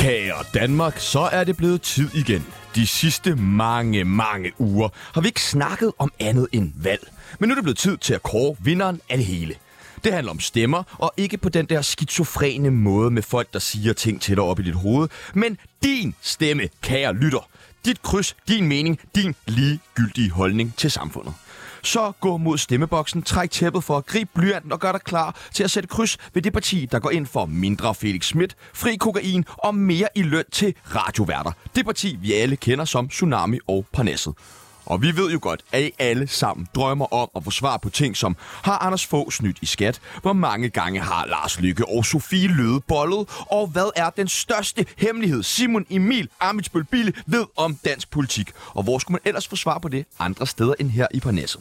Kære Danmark, så er det blevet tid igen. De sidste mange uger har vi ikke snakket om andet end valg. Men nu er det blevet tid til at kåre vinderen af det hele. Det handler om stemmer, og ikke på den der skizofrene måde med folk, der siger ting til dig op i dit hoved. Men din stemme, kære lytter. Dit kryds, din mening, din ligegyldige holdning til samfundet. Så gå mod stemmeboksen, træk tæppet for at gribe blyanten og gør dig klar til at sætte kryds ved det parti, der går ind for mindre Felix Schmidt, fri kokain og mere i løn til radioværter. Det parti, vi alle kender som Tsunami og Parnasset. Og vi ved jo godt, at I alle sammen drømmer om at få svar på ting som: har Anders Fogh snydt i skat? Hvor mange gange har Lars Løkke og Sofie Løhde bollet? Og hvad er den største hemmelighed, Simon Emil Ammitzbøll-Bille ved om dansk politik? Og hvor skulle man ellers få svar på det andre steder end her i Parnasset?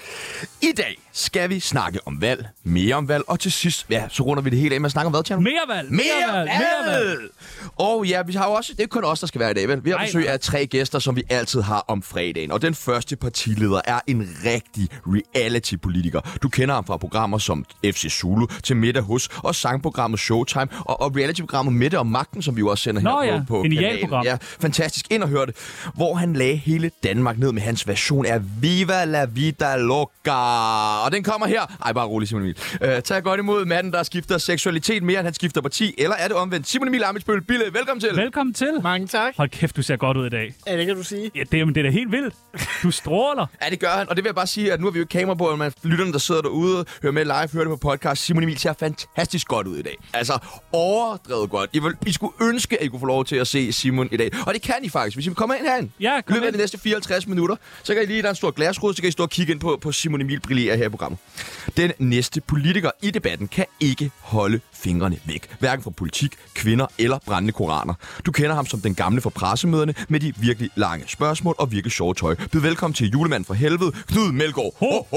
I dag skal vi snakke om valg, mere om valg, og til sidst, ja, så runder vi det hele af med at snakke om hvad, Tjerno? Mere valg! Og ja, vi har jo også, det er kun os, der skal være i dag, vel? Vi har besøg af 3 gæster, som vi altid har om fredagen. Og den første partileder er en rigtig reality-politiker. Du kender ham fra programmer som FC Zulu, til Middag Hos, og sangprogrammet Showtime, og reality-programmet Middag om Magten, som vi jo også sender her på kanalen. Program. Ja, fantastisk. Ind og hør det. Hvor han lagde hele Danmark ned med hans version af Viva la Vida Loca. Og den kommer her. Ej, bare rolig, Simon Emil. Tag godt imod manden, der skifter seksualitet mere, end han skifter parti. Eller er det omvendt? Simon Emil Ammitzbøll-Bille, velkommen til. Velkommen til. Mange tak. Hold kæft, du ser godt ud i dag. Ja, det kan du sige. Ja, det er da helt vildt. Du stråler. Ja, det gør han. Og det vil jeg bare sige, at nu har vi jo kamera på, men lytterne, der sidder derude, hører med live, hører det på podcast. Simon Emil ser fantastisk godt ud i dag. Altså, overdrevet godt. I skulle ønske, at I kunne få lov til at se Simon i dag. Og det kan I faktisk. Hvis I kommer ind herhen, løbet af de næste 54 minutter, så kan I lige, der er en stor glasrude, så kan I stå og kigge ind på Simon Emil brillerer her i programmet. Den næste politiker i debatten kan ikke holde fingrene væk. Hverken fra politik, kvinder eller brændende koraner. Du kender ham som den gamle fra pressemøderne med de virkelig lange spørgsmål og virkelig sjove tøj. Byd velkommen til julemanden fra helvede, Knud Melgaard.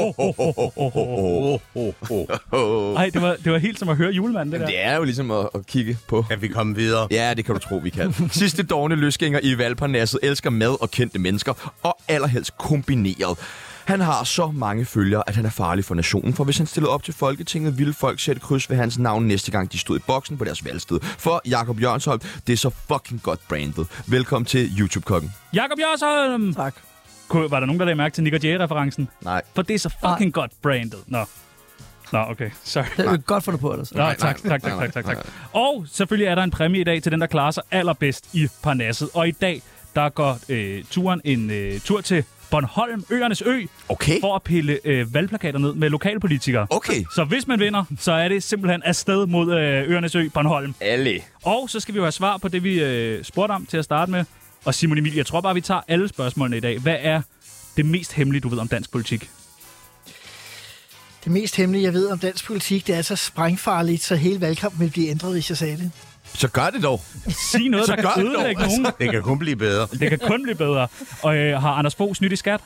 Ej, det var helt som at høre julemanden, det der. Det er jo ligesom at kigge på. Kan vi komme videre? Ja, det kan du tro, vi kan. Sidste dårne løsgænger i valgparnasset elsker mad og kendte mennesker, og allerhelst kombineret. Han har så mange følgere, at han er farlig for nationen, for hvis han stillede op til Folketinget, ville folk sætte kryds ved hans navn næste gang, de stod i boksen på deres valgsted. For Jakob Jørgensholm, det er så fucking godt brandet. Velkommen til YouTube-kokken. Jakob Jørgensholm! Tak. Var der nogen, der lagde mærke til Nick og Jay-referencen? Nej. For det er så fucking godt brandet. Nå, okay. Sorry. Det er godt for dig på, ellers. Nå, tak. Og selvfølgelig er der en præmie i dag til den, der klarer sig allerbedst i Parnasset. Og i dag, der går turen en tur til Bornholm, øernes ø, for at pille valgplakater ned med lokalpolitikere. Okay. Så hvis man vinder, så er det simpelthen afsted mod øernes ø, Bornholm. Alle. Og så skal vi jo have svar på det, vi spurgte om til at starte med. Og Simon Emil, jeg tror bare, vi tager alle spørgsmålene i dag. Hvad er det mest hemmelige, du ved om dansk politik? Det mest hemmelige, jeg ved om dansk politik, det er så sprængfarligt, så hele valgkampen vil blive ændret, hvis jeg sagde det. Så gør det dog. Sig noget, der kan ødelægge nogen. Det kan kun blive bedre. Det kan kun blive bedre. Og har Anders Fogh snydt i skat?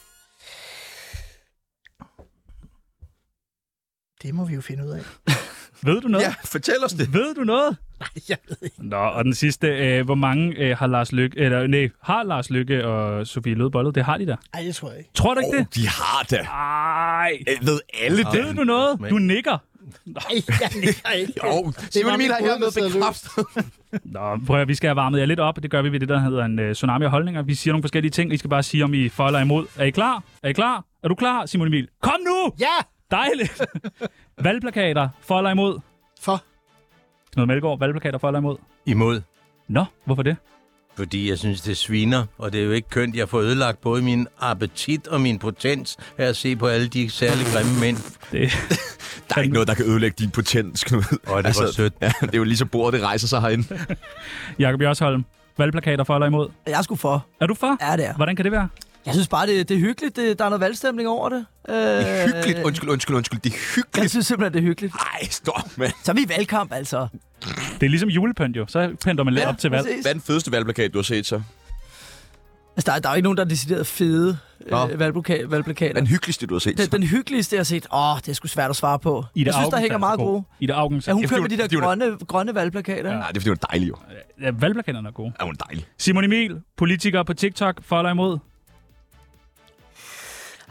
Det må vi jo finde ud af. Ved du noget? Ja, fortæl os det. Ved du noget? Nej, jeg ved ikke. Nå, og den sidste. Hvor mange har Lars Løkke og Sofie Løhde bollet? Det har de da. Nej, det tror jeg ikke. Tror du ikke det? De har det. Ej. Ved alle det. Ved du noget? Du nikker. Nej, jeg nikker ikke. Jo, Simon Emil har hermed bekræftet. Nå, prøv at vi skal have varmet jer lidt op. Det gør vi ved det, der hedder en tsunami af holdninger. Vi siger nogle forskellige ting. I skal bare sige, om I for eller imod. Er I klar? Er du klar, Simon Emil? Kom nu! Ja! Dejligt! Valgplakater, for eller imod? For? Knud Melgaard, valgplakater, for eller imod? Imod. Nå, hvorfor det? Fordi jeg synes, det sviner, og det er jo ikke kønt. Jeg får ødelagt både min appetit og min potens af at se på alle de særlig grimme mænd. Der er ikke noget, der kan ødelægge din potens, Knud. Og det var sødt. Ja, det er jo lige så bordet, det rejser sig herinde. Jakob Jørgensholm, valgplakater, for eller imod? Jeg er sgu for. Er du for? Ja, det er. Hvordan kan det være? Jeg synes bare, det er hyggeligt. Der er noget valgstemning over det. Det er hyggeligt. Undskyld. Det er hyggeligt. Jeg synes simpelthen, det er hyggeligt. Ej, stop, mand. Så er vi i valgkamp, altså. Det er ligesom julepynt jo. Så pynter man lidt op til valg. Præcis. Hvad er den fedeste valgplakat, du har set så? Altså, der er jo ikke nogen, der er decideret fede valgplakater. Den hyggeligste, du har set så? Den hyggeligste, jeg har set. Det er sgu svært at svare på. Jeg synes, der hænger meget gode. Ida Augens. Ja, hun kører med de der grønne valgplakater. Nej, det er fordi, hun er dejlig jo. Ja, valgplakaterne er gode. Ja, hun er dejlig. Simon Emil, politiker på TikTok, for eller imod?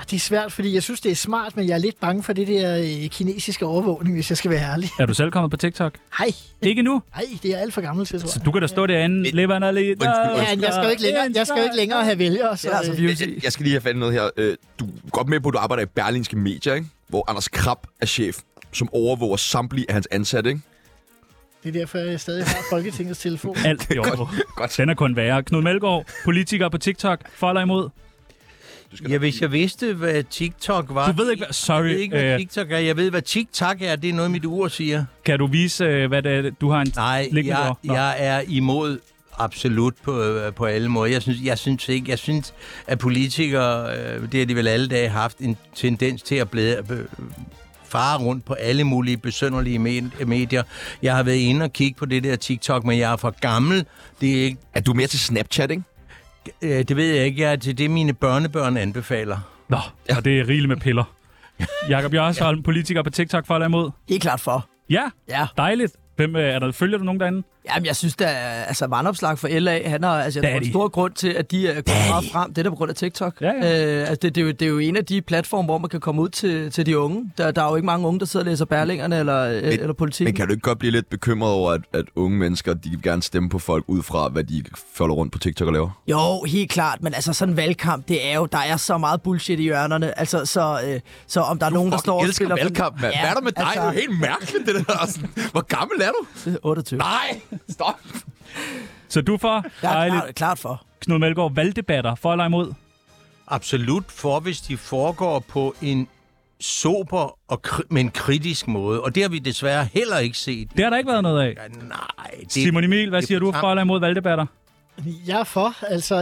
Det er svært, fordi jeg synes, det er smart, men jeg er lidt bange for det der kinesiske overvågning, hvis jeg skal være ærlig. Er du selv kommet på TikTok? Hej. Ikke nu? Nej, det er alt for gammelt til, tror jeg. Så du kan da stå derinde, leveren er lidt... Jeg skal jo ikke længere have vælgere. Så, jeg skal lige have fat i noget her. Du er godt med på, at du arbejder i Berlingske Medier, ikke? Hvor Anders Krab er chef, som overvåger samtlige af hans ansatte, ikke? Det er derfor, jeg stadig har Folketingets telefon. Alt i orden. Godt. Den er kun værre. Knud Meldgaard, politiker på TikTok, for eller imod? Ja, hvis jeg vidste, hvad TikTok var... Du ved ikke, hvad... Sorry. Jeg ved ikke, hvad TikTok er. Jeg ved, hvad TikTok er. Det er noget, mit ur siger. Kan du vise, hvad det er, du har en... Nej, jeg er imod absolut på alle måder. Jeg synes, at politikere, det har de vel alle dage haft en tendens til at fare rundt på alle mulige besynderlige medier. Jeg har været inde og kigge på det der TikTok, men jeg er for gammel. Det er ikke... Er du mere til Snapchat, ikke? Det ved jeg ikke. Jeg er til det, mine børnebørn anbefaler. Nå, og det er rigeligt med piller. Jakob Jørgensen, politiker på TikTok, for eller imod? Helt klart for. Ja, Ja. Dejligt. Følger du nogen derinde? Jamen, jeg synes, at Vandopslag for LA, han har en stor grund til, at de er kommet meget frem. Det er der på grund af TikTok. Ja. Det er jo en af de platforme, hvor man kan komme ud til de unge. Der er jo ikke mange unge, der sidder og læser Berlingerne eller Politikken. Men kan du ikke godt blive lidt bekymret over, at unge mennesker, de vil gerne stemme på folk ud fra, hvad de folder rundt på TikTok og laver? Jo, helt klart. Men altså, sådan en valgkamp, det er jo, der er så meget bullshit i hjørnerne. Altså, så om der er nogen, der står og spiller... valgkamp, mand. Hvad er der med dig? Det er jo helt mærkeligt, det der. Sådan. Hvor gammel er du? 28. Nej, stop. Så du for? Jeg er klart for. Knud Meldgaard, valgdebatter, for eller imod? Absolut for, hvis de foregår på en sober men kritisk måde. Og det har vi desværre heller ikke set. Det har der ikke været noget af. Ja, nej. Simon Emil, hvad siger du for eller imod valgdebatter? Jeg er for. Altså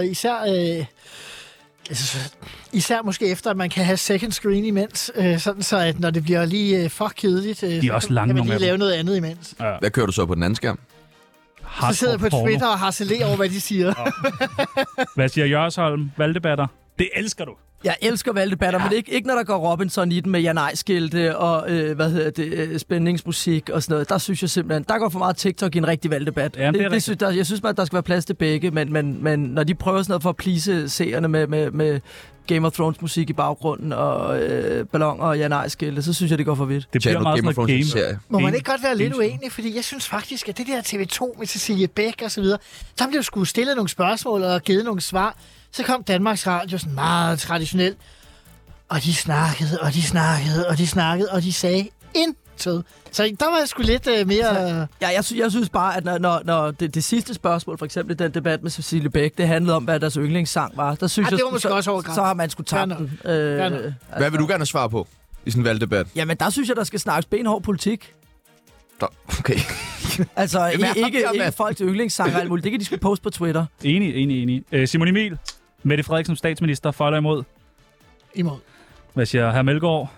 især måske efter, at man kan have second screen imens. Sådan så, at når det bliver lige for kedeligt, de er også lange, kan man lige lave noget andet imens. Ja. Hvad kører du så på den anden skærm? Så sidder jeg på Twitter og harcelerer over, hvad de siger. Hvad siger Jørsholm? Valgdebatter? Det elsker du. Jeg elsker valgdebatter, men ikke når der går Robinson i den med ja-nej-skilte og spændingsmusik og sådan noget. Der synes jeg simpelthen, der går for meget TikTok i en rigtig valgdebat. Jamen, jeg synes bare, der skal være plads til begge, men når de prøver sådan noget for at please seerne med Game of Thrones musik i baggrunden og balloner og ja-nej-skilte, så synes jeg, det går for vidt. Det bliver meget sådan noget game. Må man ikke godt være lidt uenig? Fordi jeg synes faktisk, at det der TV2 med Cecilie Bæk og så videre, der blev sgu stillet nogle spørgsmål og givet nogle svar. Så kom Danmarks Radio sådan meget traditionelt, og de snakkede, og de sagde intet. Så der var jeg sgu lidt mere... Jeg synes bare, at når det sidste spørgsmål, for eksempel den debat med Cecilie Bæk, det handlede om, hvad deres yndlingssang var. Der synes det var måske også overgrænset. Så har man sgu tabt den. Hvad vil du gerne svare på i sådan en valgdebat? Jamen, der synes jeg, der skal snakkes benhård politik. Okay. Altså, ikke folks yndlingssanger og alt muligt. Det kan de sgu poste på Twitter. Enig. Simon Emil, Mette Frederiksen som statsminister, for eller imod? Imod. Hvad siger hr. Meldgaard?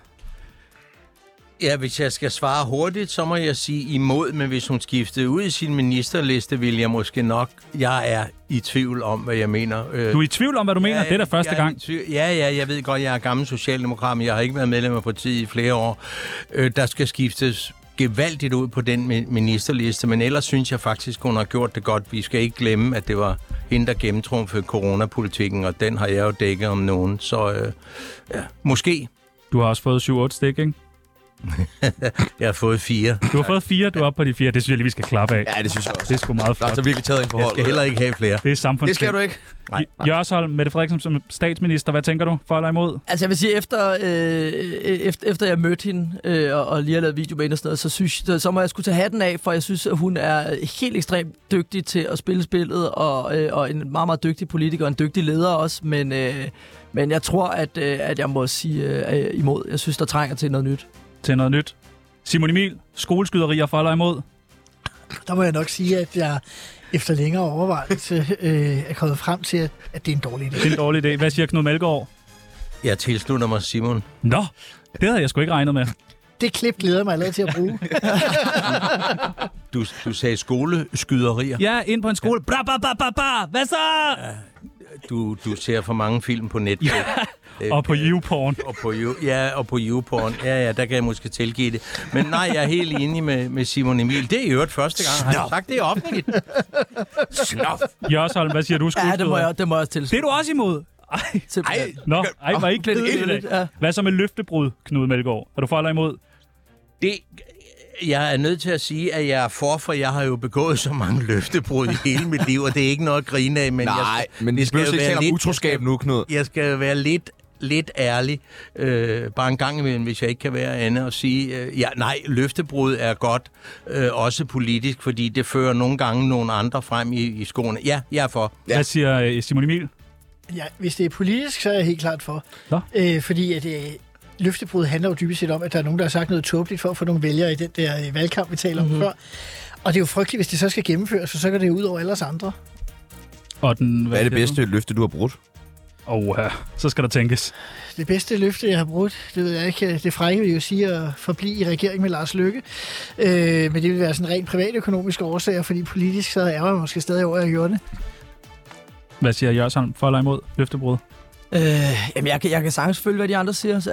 Ja, hvis jeg skal svare hurtigt, så må jeg sige imod, men hvis hun skiftede ud i sin ministerliste, vil jeg måske nok... Jeg er i tvivl om, hvad jeg mener. Du er i tvivl om, hvad du mener? Det er da første gang. Ja, jeg ved godt, jeg er gammel socialdemokrat, men jeg har ikke været medlem af partiet i flere år. Der skal skiftes gevaldigt ud på den ministerliste, men ellers synes jeg faktisk, hun har gjort det godt. Vi skal ikke glemme, at det var hende, der gennemtrumfede coronapolitikken, og den har jeg jo dækket om nogen. Så måske. Du har også fået 7-8 stik, ikke? Jeg har fået 4. Du har fået 4, du er oppe på de 4. Det synes jeg lige, vi skal klappe af. Ja, det synes jeg også. Det er sgu meget flot. Der er virkelig taget ind på holdet. holdet. Jeg skal heller ikke have flere. Det er samfundsting. Det skal du ikke. Nej. Jørsholm, Mette Frederiksen som statsminister, hvad tænker du? For eller imod? Altså jeg vil sige, efter jeg mødte hende og lige har lavet video med hende og sådan noget, så må jeg skulle tage hatten af, for jeg synes, at hun er helt ekstremt dygtig til at spille spillet, og en meget, meget dygtig politiker og en dygtig leder også, men jeg tror, at jeg må sige imod. Jeg synes, der trænger til noget nyt. Til noget nyt. Simon Emil, skoleskyderier for eller imod? Der må jeg nok sige, at jeg efter længere overvejelse er kommet frem til, at det er en dårlig idé. Det er en dårlig idé. Hvad siger Knud Meldgaard? Jeg tilslutter mig Simon. Nå, det havde jeg sgu ikke regnet med. Det klip glæder jeg mig allerede til at bruge. Du sagde skoleskyderier. Ja, ind på en skole. Bra. Hvad så? Du ser for mange film på Netflix. Og på YouPorn. Og på YouPorn. Ja, der kan jeg måske tilgive det. Men nej, jeg er helt enig med Simon Emil. Det er i øvrigt første gang, han har sagt det offentligt. Jørsholm, hvad siger du? Ja, det må jeg også tilslutte. Det er du også imod? Var ikke kedeligt. Ja. Hvad så med løftebrud, Knud Melgaard? Er du for eller imod? Jeg er nødt til at sige, at jeg er for jeg har jo begået så mange løftebrud i hele mit liv, og det er ikke noget at grine af. Men men vi skal jo ikke tale om utroskab nu, Knud. Jeg skal være lidt ærlig, bare en gang imellem, hvis jeg ikke kan være andet, og sige, løftebrud er godt, også politisk, fordi det fører nogle gange nogle andre frem i skoene. Ja, jeg er for. Ja. Hvad siger Simon Emil? Ja, hvis det er politisk, så er jeg helt klart for. Fordi at løftebrud handler jo dybest set om, at der er nogen, der har sagt noget tåbeligt for at få nogle vælgere i den der valgkamp, vi taler om før. Og det er jo frygteligt, hvis det så skal gennemføres, så går det ud over alle os andre. Hvad er det bedste løfte, du har brudt? Så skal der tænkes. Det bedste løfte, jeg har brudt, det ved jeg ikke. Det frække vil jo sige at forblive i regering med Lars Løkke. Men det vil være sådan rent privatøkonomiske årsager, fordi politisk så er man måske stadig over, at jeg gjorde det. Hvad siger Jørgen for eller imod løftebrud? Jamen, jeg kan sagtens følge, hvad de andre siger.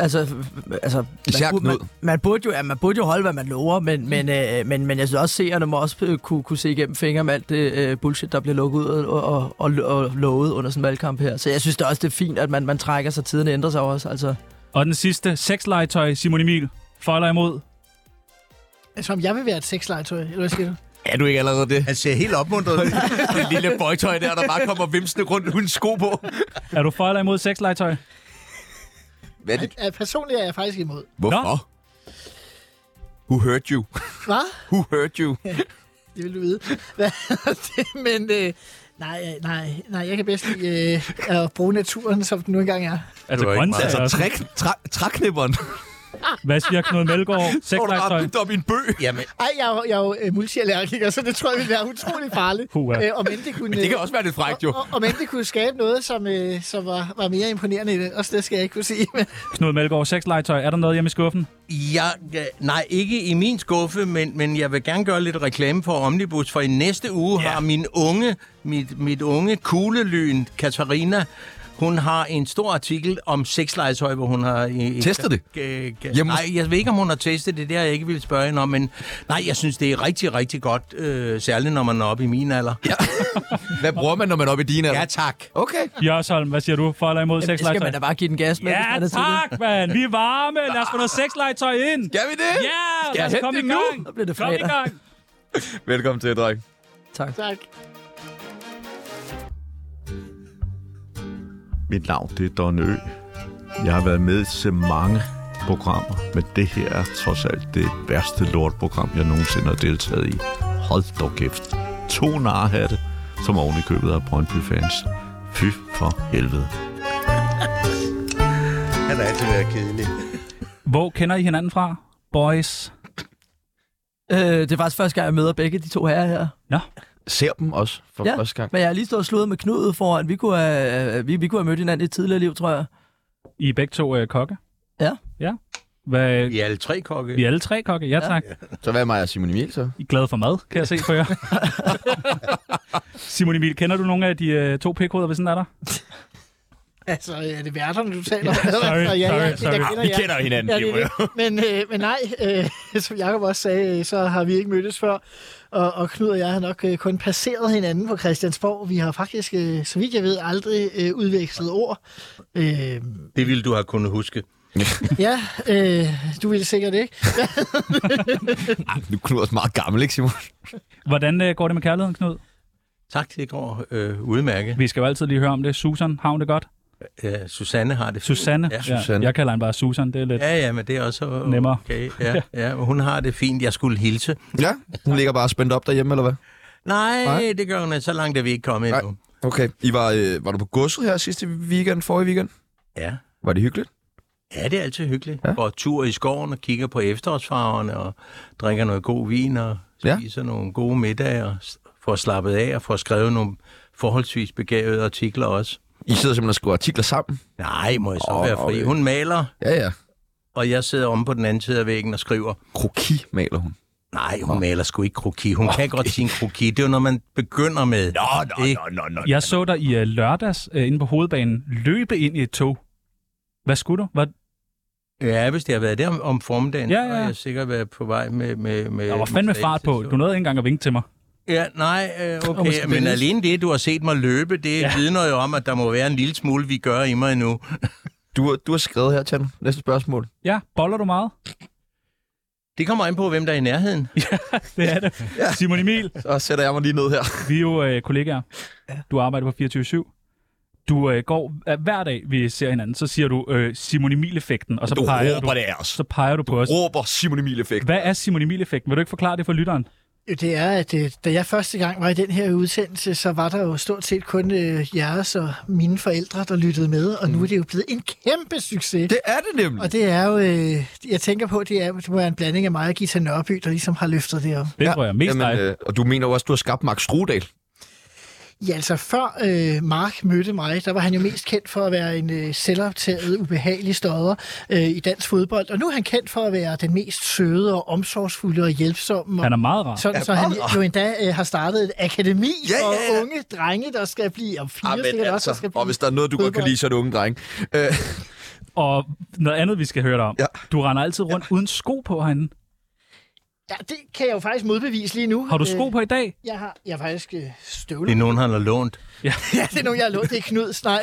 Man burde jo holde, hvad man lover, men jeg synes også, seerne må også kunne se igennem fingre med alt det bullshit, der bliver lukket ud og lovet under sådan en valgkamp her. Så jeg synes det også, det er fint, at man trækker sig, tiden ændrer sig også. Altså. Og den sidste, sexlegetøj, Simon Emil. For eller imod? Altså, om jeg vil være et sexlegetøj, eller hvad siger du? Er du ikke allerede det? Han ser helt opmuntret ud. Det lille bøjtøj der bare kommer vimsende rundt uden sko på. Er du for eller imod sexlegetøj? Hvad er det? Personligt er jeg faktisk imod. Hvorfor? Who hurt you? Hvad? Who hurt you? Ja, det vil du vide. Men nej, jeg kan bedst lide at bruge naturen, som den nu engang er. Altså grøntsager? Altså træknipperen. Hvad siger Knud Melgaard? Sexlegetøj? Du har min bøg. Jamen. Jeg er jo multiallergiker, så det tror jeg ville være utrolig farligt. Men det kan også være lidt frækt, jo. Om end det kunne skabe noget, som var mere imponerende i det. Også det skal jeg ikke kunne sige. Knud Melgaard, sexlegetøj. Er der noget hjemme i skuffen? Nej, ikke i min skuffe, men jeg vil gerne gøre lidt reklame for Omnibus, for i næste uge har mit unge kuglelyn, Katarina, hun har en stor artikel om sexlegetøj, hvor hun har... Testet det? Nej, jeg ved ikke, om hun har testet det. Det har jeg ikke ville spørge hende om, men nej, jeg synes, det er rigtig, rigtig godt, særligt når man er oppe i min alder. Ja. Hvad bruger man, når man er oppe i din alder? Ja, tak. Okay. Jørsholm, hvad siger du? For eller imod sexlegetøj? Skal man da bare give den gas med? Ja, tak, mand. Vi er varme. Lad os få noget sexlegetøj ind. Skal vi det? Ja, lad os komme i gang. Så bliver det fredag. Kom i gang. Velkommen til, dreng. Tak. Mit navn, det er Don Ø. Jeg har været med til mange programmer, men det her er trods alt det værste lortprogram, jeg nogensinde har deltaget i. Hold dog kæft. 2 narhatte, som oven i købet af Brøndby-fans. Fy for helvede. Han har altid været kedelig. Hvor kender I hinanden fra, boys? Det er faktisk første gang, jeg møder begge de 2 herrer her. Ja. Ser dem også for første gang. Men jeg har lige stået og slået med Knud foran. Vi kunne have mødt hinanden i et tidligere liv, tror jeg. I er begge 2 kokke? Ja. Ja. Vi er alle 3 kokke. Vi er alle 3 kokke, ja tak. Ja. Så hvad er mig og Simon Emil så? I er glade for mad, kan jeg se på jer. Simon Emil, kender du nogle af de 2 pikhoveder ved sådan er der? Altså, er det værterne, du taler om? Sorry. Vi kender hinanden. Men nej, som Jacob også sagde, så har vi ikke mødtes før. Og Knud og jeg har nok kun passeret hinanden på Christiansborg. Vi har faktisk, så vidt jeg ved, aldrig udvekslet ord. Det ville du have kunnet huske. Ja, du ville sikkert ikke. Nu er Knud også meget gammel, ikke Simon? Hvordan går det med kærligheden, Knud? Tak, det går udmærket. Vi skal jo altid lige høre om det. Susan, har hun det godt? Ja, Susanne har det. Susanne? Ja. Susanne. Jeg kalder hende bare Susan, det er lidt... Ja, men det er også nemmere. Okay. Ja, hun har det fint. Jeg skulle hilse. Ja, hun ligger bare spændt op derhjemme, eller hvad? Nej, det gør hun. Så langt er vi ikke kommet endnu. Okay. Var du på godset her forrige weekend? Ja. Var det hyggeligt? Ja, det er altid hyggeligt. Ja. Går tur i skoven og kigger på efterårsfarverne og drikker noget god vin og spiser nogle gode middage og får slappet af og får skrevet nogle forholdsvis begavede artikler også. I sidder simpelthen og skriver artikler sammen? Nej, må jeg så være fri. Okay. Hun maler, ja. Og jeg sidder omme på den anden side af væggen og skriver. Kroki maler hun? Nej, hun maler sgu ikke kroki. Hun kan godt sige en kroki. Det er jo noget, man begynder med. Nå. Jeg så dig i lørdags inde på hovedbanen løbe ind i et tog. Hvad skulle du? Ja, hvis det har været der om formiddagen, så har jeg sikkert været på vej med der var fandme fart på. Du nåede ikke engang at vinke til mig. Ja, nej, okay. Men alene det, du har set mig løbe, det vidner jo om, at der må være en lille smule, vi gør i mig endnu. Du har skrevet her, Tjerno. Næste spørgsmål. Ja, boller du meget? Det kommer an på, hvem der er i nærheden. Ja, det er det. Ja. Simon Emil. Så sætter jeg mig lige ned her. Vi er jo kollegaer. Du arbejder på 24/7. Du går hver dag, vi ser hinanden, så siger du Simon Emil-effekten, og så peger du på os. Du råber Simon Emil-effekten. Hvad er Simon Emil-effekten? Vil du ikke forklare det for lytteren? Det er, at da jeg første gang var i den her udsendelse, så var der jo stort set kun jeres og mine forældre, der lyttede med, og nu er det jo blevet en kæmpe succes. Det er det nemlig. Og det er jo, jeg tænker på, det må være en blanding af mig og Gita Nørby, der ligesom har løftet det op. Det tror jeg mest dig. Og du mener jo også, at du har skabt Mark Strudal. Ja, altså før Mark mødte mig, der var han jo mest kendt for at være en selvoptaget, ubehagelig stodder i dansk fodbold. Og nu er han kendt for at være den mest søde og omsorgsfulde og hjælpsomme. Han er meget rar. Sådan, så han jo endda har startet et akademi for unge drenge, der skal blive om 4 stykker også. Skal blive og hvis der er noget, du godt kan lide, så er det unge drenge. Og noget andet, vi skal høre dig om. Ja. Du render altid rundt uden sko på herinde. Ja, det kan jeg jo faktisk modbevise lige nu. Har du sko på i dag? Jeg har faktisk støvler. Det er nogen, han har lånt. Ja, det er nogen, jeg har lånt. Det er Knuds, nej.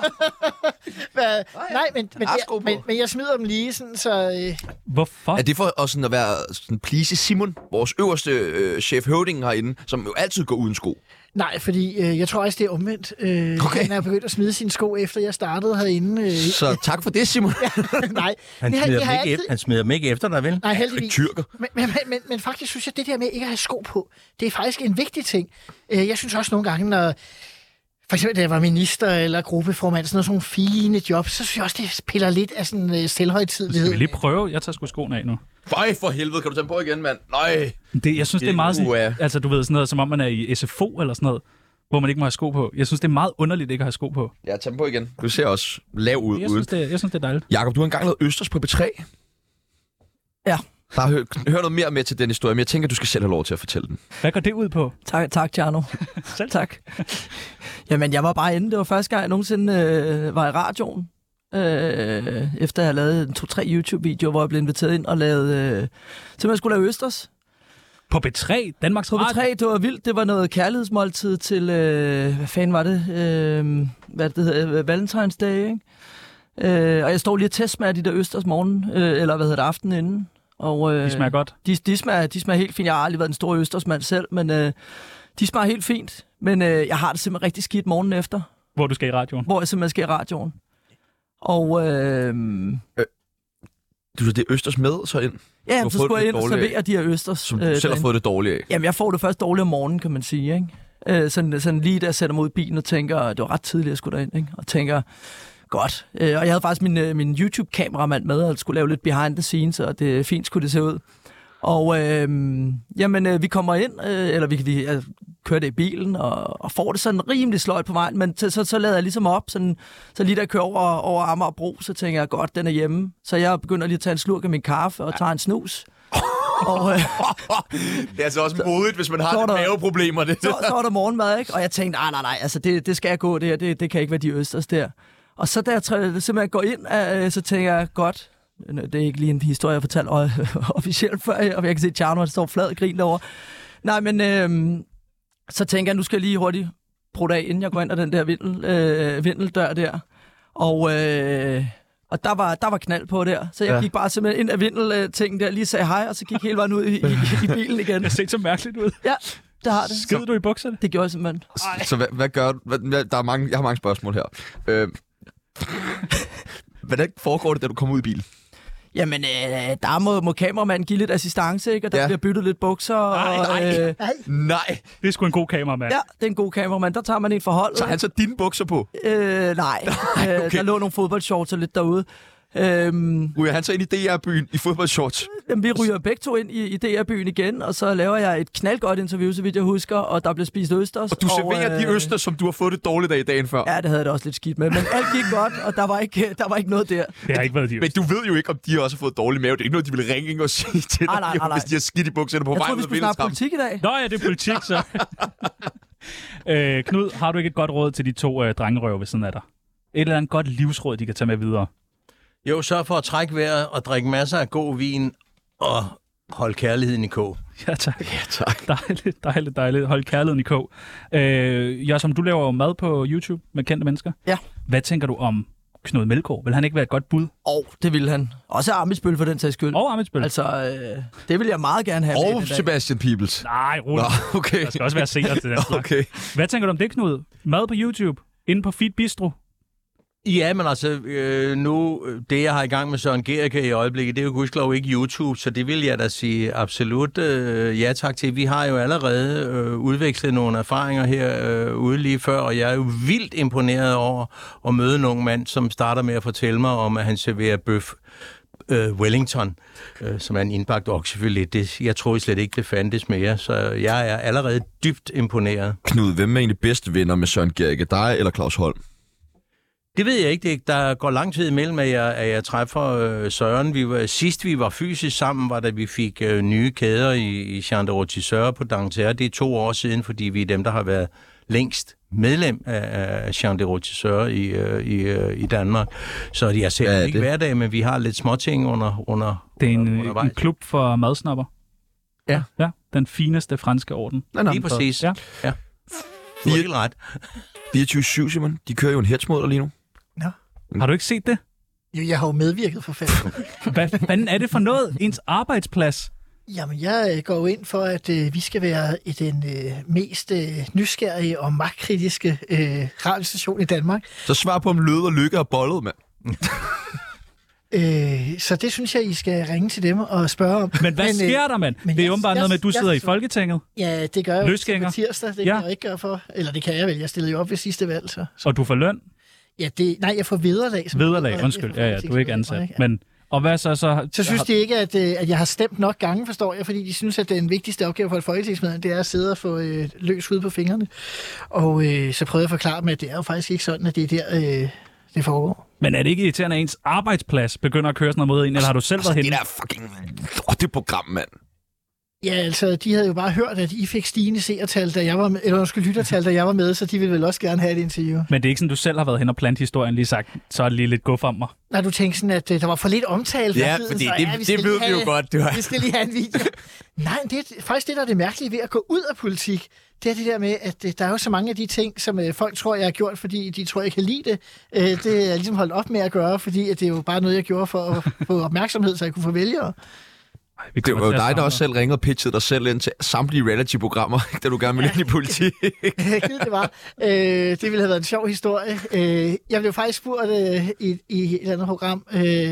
Men jeg smider dem lige sådan, så... Hvorfor? Er det for også sådan at være sådan please Simon, vores øverste chef høvdingen herinde, som jo altid går uden sko? Nej, fordi jeg tror også, det er omvendt. Han er begyndt at smide sine sko, efter jeg startede herinde. Så tak for det, Simon. Nej. Han smider dem ikke efter dig, vel? Nej, heldigvis. Tyrker. Men faktisk synes jeg, det der med ikke at have sko på, det er faktisk en vigtig ting. Jeg synes også nogle gange, når... For eksempel, da jeg var minister eller gruppeformand, sådan nogle fine jobs, så synes jeg også, det piller lidt af sådan selvhøjtidelighed. Skal vi lige prøve? Jeg tager sgu skoene af nu. Føj for helvede, kan du tage dem på igen, mand? Nej. Jeg synes, det er meget sådan, altså du ved, sådan noget, som om man er i SFO eller sådan noget, hvor man ikke må have sko på. Jeg synes, det er meget underligt ikke at have sko på. Ja, tag dem på igen. Du ser også lav ud. Jeg synes, det er dejligt. Jakob, du har engang lavet Østers på B3. Ja. Der har hørt noget mere med til den historie, men jeg tænker, du skal selv have lov til at fortælle den. Hvad går det ud på? Tak, Tjerno. Selv tak. Jamen, jeg var bare inde. Det var første gang, jeg nogensinde var i radioen. Efter jeg havde lavet 2-3 YouTube-videoer, hvor jeg blev inviteret ind og lavede... simpelthen skulle lave Østers. På B3? Danmarks Radio? På B3, det var vildt. Det var noget kærlighedsmåltid til... hvad fanden var det? Hvad det hedder? Valentine's Day, ikke? Og jeg står lige og tester med de der Østers morgen, eller hvad hedder det, aften inden. Og, de smager godt? De smager helt fint. Jeg har aldrig været en stor østersmand selv, men de smager helt fint. Men jeg har det simpelthen rigtig skidt morgenen efter. Hvor du skal i radioen? Hvor jeg simpelthen skal i radioen. Og... Du så det er østers med så ind? Ja, så skulle jeg ind og servere de her østers. Som du selv har fået det dårligt af? Jamen, jeg får det først dårligt om morgenen, kan man sige, ikke? Sådan lige der sætter mig ud i bilen og tænker, det var ret tidligt, jeg skulle derind, ikke? Og tænker... Godt. Og jeg havde faktisk min YouTube-kameramand med, og skulle lave lidt behind the scenes, og det fint skulle det se ud. Og vi kommer ind, eller vi kører det i bilen, og får det sådan rimelig sløjt på vejen, men så lader jeg ligesom op, sådan, så lige da jeg kører over Amagerbro, så tænker jeg, godt, den er hjemme. Så jeg begynder lige at tage en slurk af min kaffe og tager en snus. Og, det er altså også modigt, hvis man har maveproblemer. Så er der morgenmad, ikke? Og jeg tænkte, nej, altså det skal jeg gå, det kan ikke være de østers der. Og så da jeg simpelthen går ind, så tænker jeg, godt, det er ikke lige en historie, jeg fortalte officielt før, og jeg kan se, at Tjerno står flad og grin derovre. Nej, men så tænker jeg, nu skal jeg lige hurtigt bruge af, inden jeg går ind ad den der vindeldør der. Og der var knald på der, så jeg gik bare simpelthen ind af vindeltingen der, lige sagde hej, og så gik hele vejen ud i bilen igen. Det ser så mærkeligt ud. Ja. Det har det. Skid du i bukserne? Det gjorde jeg simpelthen. Så hvad gør du? Jeg har mange spørgsmål her. Hvordan foregår det, da du kommer ud i bilen? Jamen, der må kameramanden give lidt assistance, ikke? Og der bliver byttet lidt bukser. Nej. Det er sgu en god kameramand. Ja, det er en god kameramand. Der tager man en forhold. Så han så dine bukser på? Nej. Okay. Der lå nogle fodboldshorts lidt derude. Ryger han så ind i DR-byen i fodboldshorts? Jamen, vi ryger begge to ind i DR-byen igen, og så laver jeg et knaldgodt interview, så vidt jeg husker, og der bliver spist østers. Og du serverer de østers, som du har fået det dårligt af dagen før? Ja, det havde jeg da også lidt skidt med, men alt gik godt, og der var ikke noget der. Det har ikke været de Men du ved jo ikke, om de også har fået dårlig mave. Det er ikke noget, de vil ringe og sige til dig, nej. hvis de har skidt i bukserne på vej. Jeg tror, vi skulle snakke politik i dag. Nå ja, det er politik, så. Knud, har du ikke et godt råd til de to drengerøver ved siden af dig? Et eller andet godt livsråd, de kan tage med videre? Jo, sørg for at trække vejret og drikke masser af god vin og holde kærligheden i kog. Ja, tak. Ja, tak. Dejligt. Hold kærligheden i kog. Som du laver jo mad på YouTube med kendte mennesker. Ja. Hvad tænker du om Knud Melgaard? Vil han ikke være et godt bud? Det ville han. Også Amitsbøl for den sags skyld. Og Amitsbøl. Altså, det vil jeg meget gerne have. Og Sebastian Peebles. Nej, roligt. Okay. Der skal også være seere til den slags. Okay. Hvad tænker du om det, Knud? Mad på YouTube? Inde på Feed Bistro? Ja, men altså, nu, det jeg har i gang med Søren Gericke i øjeblikket, det er jo gudskelov ikke YouTube, så det vil jeg da sige absolut ja tak til. Vi har jo allerede udvekslet nogle erfaringer her ude lige før, og jeg er jo vildt imponeret over at møde en ung mand, som starter med at fortælle mig om, at han serverer bøf Wellington, som er en indbagt oksefilet. Jeg troede slet ikke, det fandtes mere, så jeg er allerede dybt imponeret. Knud, hvem er egentlig bedste venner med Søren Gericke? Dig eller Claus Holm? Det ved jeg ikke. Der går lang tid imellem, at jeg træffer Søren. Sidst vi var fysisk sammen, var da vi fik nye kæder i Jean de Rôtisseur på Dangterre. Det er 2 år siden, fordi vi er dem, der har været længst medlem af Jean de Rôtisseur i Danmark. Så jeg ser ikke hver dag, men vi har lidt småting under Det er en klub for madsnapper. Ja. Ja, den fineste franske orden. Lige præcis. Ja. Du er helt ret. 24/7, Simon. De kører jo en hetz mod dig lige nu. Nå. Har du ikke set det? Jo, jeg har jo medvirket for fanden. Hvad fanden er det for noget? Ens arbejdsplads? Jamen, jeg går jo ind for, at vi skal være den mest nysgerrige og magtkritiske radiostation i Danmark. Så svar på, om Lød og Lykke er bollet, mand. Så det synes jeg, I skal ringe til dem og spørge om. Men hvad sker der, mand? Det er jo bare noget med, at du sidder i Folketinget. Ja, det gør jeg jo Løsgænger. på tirsdag. Det kan jeg jo ikke gøre for. Eller det kan jeg vel. Jeg stillede jo op ved sidste valg. Så. Og du får løn? Ja, nej, jeg får vederlag. Vederlag, undskyld. Ja, du er ikke ansat. Men, og hvad så? Så synes de ikke, at jeg har stemt nok gange, forstår jeg, fordi de synes, at den vigtigste opgave for et folketingsmedlem, det er at sidde og få løs hud på fingrene. Og så prøvede jeg at forklare dem, at det er jo faktisk ikke sådan, at det er der, det foregår. Men er det ikke irriterende, at ens arbejdsplads begynder at køre sådan noget mod en, eller har du selv været henne? Det der fucking lorteprogram, mand. Ja, altså, de havde jo bare hørt, at I fik stigende seertal, da jeg var med, eller lyttertal, da jeg var med, så de ville vel også gerne have et interview. Men det er ikke sådan, du selv har været hen og plante historien, lige sagt, så er det lige lidt guf om mig. Nej, du tænkte sådan, at der var for lidt omtale for ja, tiden, fordi så det ved vi jo godt, du har. Vi skal lige have en video. Nej, det er faktisk det, der er det mærkelige ved at gå ud af politik. Det er det der med, at der er jo så mange af de ting, som folk tror, jeg har gjort, fordi de tror, jeg kan lide det. Det er jeg ligesom holdt op med at gøre, fordi at det er jo bare noget, jeg gjorde for at få opmærksomhed, så jeg kunne få vælgere. Det var jo dig, der også selv ringede og pitchede dig selv ind til samtlige reality-programmer, da du gerne ville ind i politik. Det var. Det ville have været en sjov historie. Jeg blev faktisk spurgt i et eller andet program,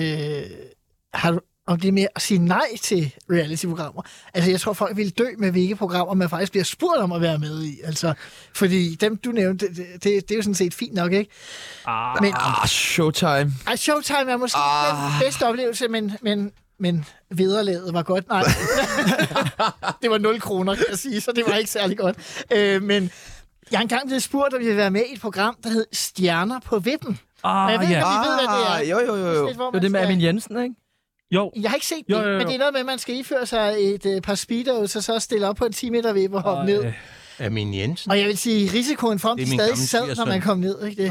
om det med at sige nej til reality-programmer. Altså, jeg tror, folk ville dø med, hvilke programmer man faktisk bliver spurgt om at være med i. Altså, fordi dem, du nævnte, det er jo sådan set fint nok, ikke? Showtime. Showtime er måske den bedste oplevelse, men vederlaget var godt. Nej, det var 0 kroner, kan jeg sige, så det var ikke særlig godt. Men jeg har engang blevet spurgt, om jeg ville være med i et program, der hed Stjerner på Vippen. Jeg ved ikke, om I ved, hvad det er. Jo. Det er det med Amin Jensen, ikke? Jo. Jeg har ikke set det, men det er noget med, at man skal iføre sig et par speedos, og så stille op på en 10 meter vippe og hoppe ned. Amin Jensen? Og jeg vil sige, risikoen for, at de stadig sad, når man kom ned. Ikke det?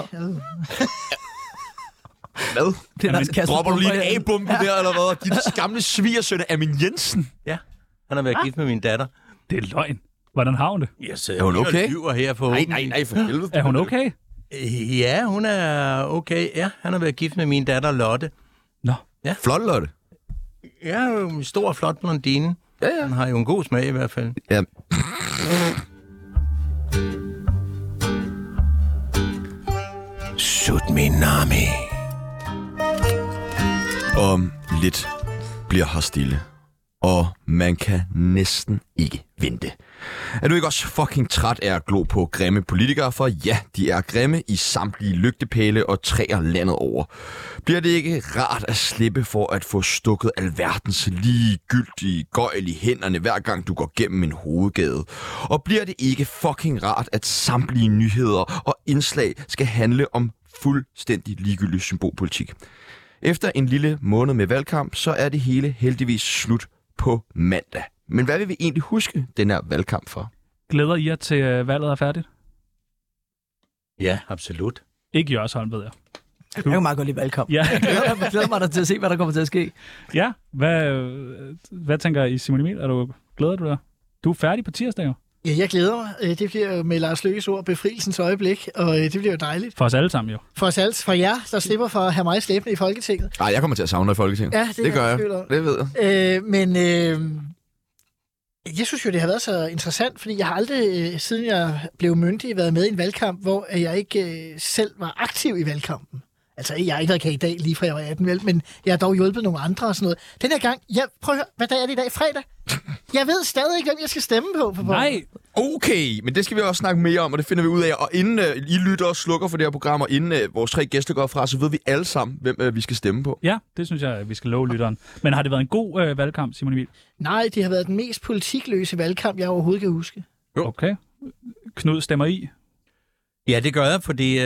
Hvad? Det dropper du lige en A-bombe der, eller hvad? Din gamle svigersøn Amin Jensen? Ja, han har været gift med min datter. Det er løgn. Hvordan har hun det? Er hun okay? Her for nej, for helvede. Er hun okay? Ja, hun er okay. Ja, han har været gift med min datter Lotte. Nå. Ja. Flot, Lotte. Ja, en stor, flot blondine. Ja. Han har jo en god smag i hvert fald. Ja. Sutminami. Om lidt bliver her stille, og man kan næsten ikke vente. Er du ikke også fucking træt af at glo på grimme politikere? For ja, de er grimme i samtlige lygtepæle og træer landet over. Bliver det ikke rart at slippe for at få stukket alverdens ligegyldige gøjl i hænderne, hver gang du går gennem en hovedgade? Og bliver det ikke fucking rart, at samtlige nyheder og indslag skal handle om fuldstændig ligegyldig symbolpolitik? Efter en lille måned med valgkamp, så er det hele heldigvis slut på mandag. Men hvad vil vi egentlig huske den her valgkamp for? Glæder I jer til valget er færdigt? Ja, absolut. Ikke Jørsholm, ved jeg. Jeg kan meget godt lide valgkamp. Ja. Jeg glæder mig til at se, hvad der kommer til at ske. Ja, hvad tænker I, Simon Emil? Glæder du dig? Du er færdig på tirsdag, jo. Ja, jeg glæder mig. Det bliver jo med Lars Løkkes ord befrielsens øjeblik, og det bliver jo dejligt. For os alle sammen, jo. For os alle, for jer, der slipper for at have mig slæbende i Folketinget. Nej, jeg kommer til at savne dig i Folketinget. Ja, det gør jeg. Det ved jeg. Jeg synes jo, det har været så interessant, fordi jeg har aldrig, siden jeg blev myndig, været med i en valgkamp, hvor jeg ikke selv var aktiv i valgkampen. Altså, jeg har ikke været kandidat lige fra jeg var 18, vel, men jeg har dog hjulpet nogle andre og sådan noget. Den her gang, prøv at høre, hvad dag er det i dag? Fredag? Jeg ved stadig ikke, hvem jeg skal stemme på. Nej. Okay, men det skal vi også snakke mere om, og det finder vi ud af. Og inden I lytter og slukker for det her program, og inden vores 3 gæster går fra, så ved vi alle sammen, hvem vi skal stemme på. Ja, det synes jeg, vi skal love lytteren. Men har det været en god valgkamp, Simon Emil? Nej, det har været den mest politikløse valgkamp, jeg overhovedet kan huske. Okay. Knud stemmer i. Ja, det gør jeg, fordi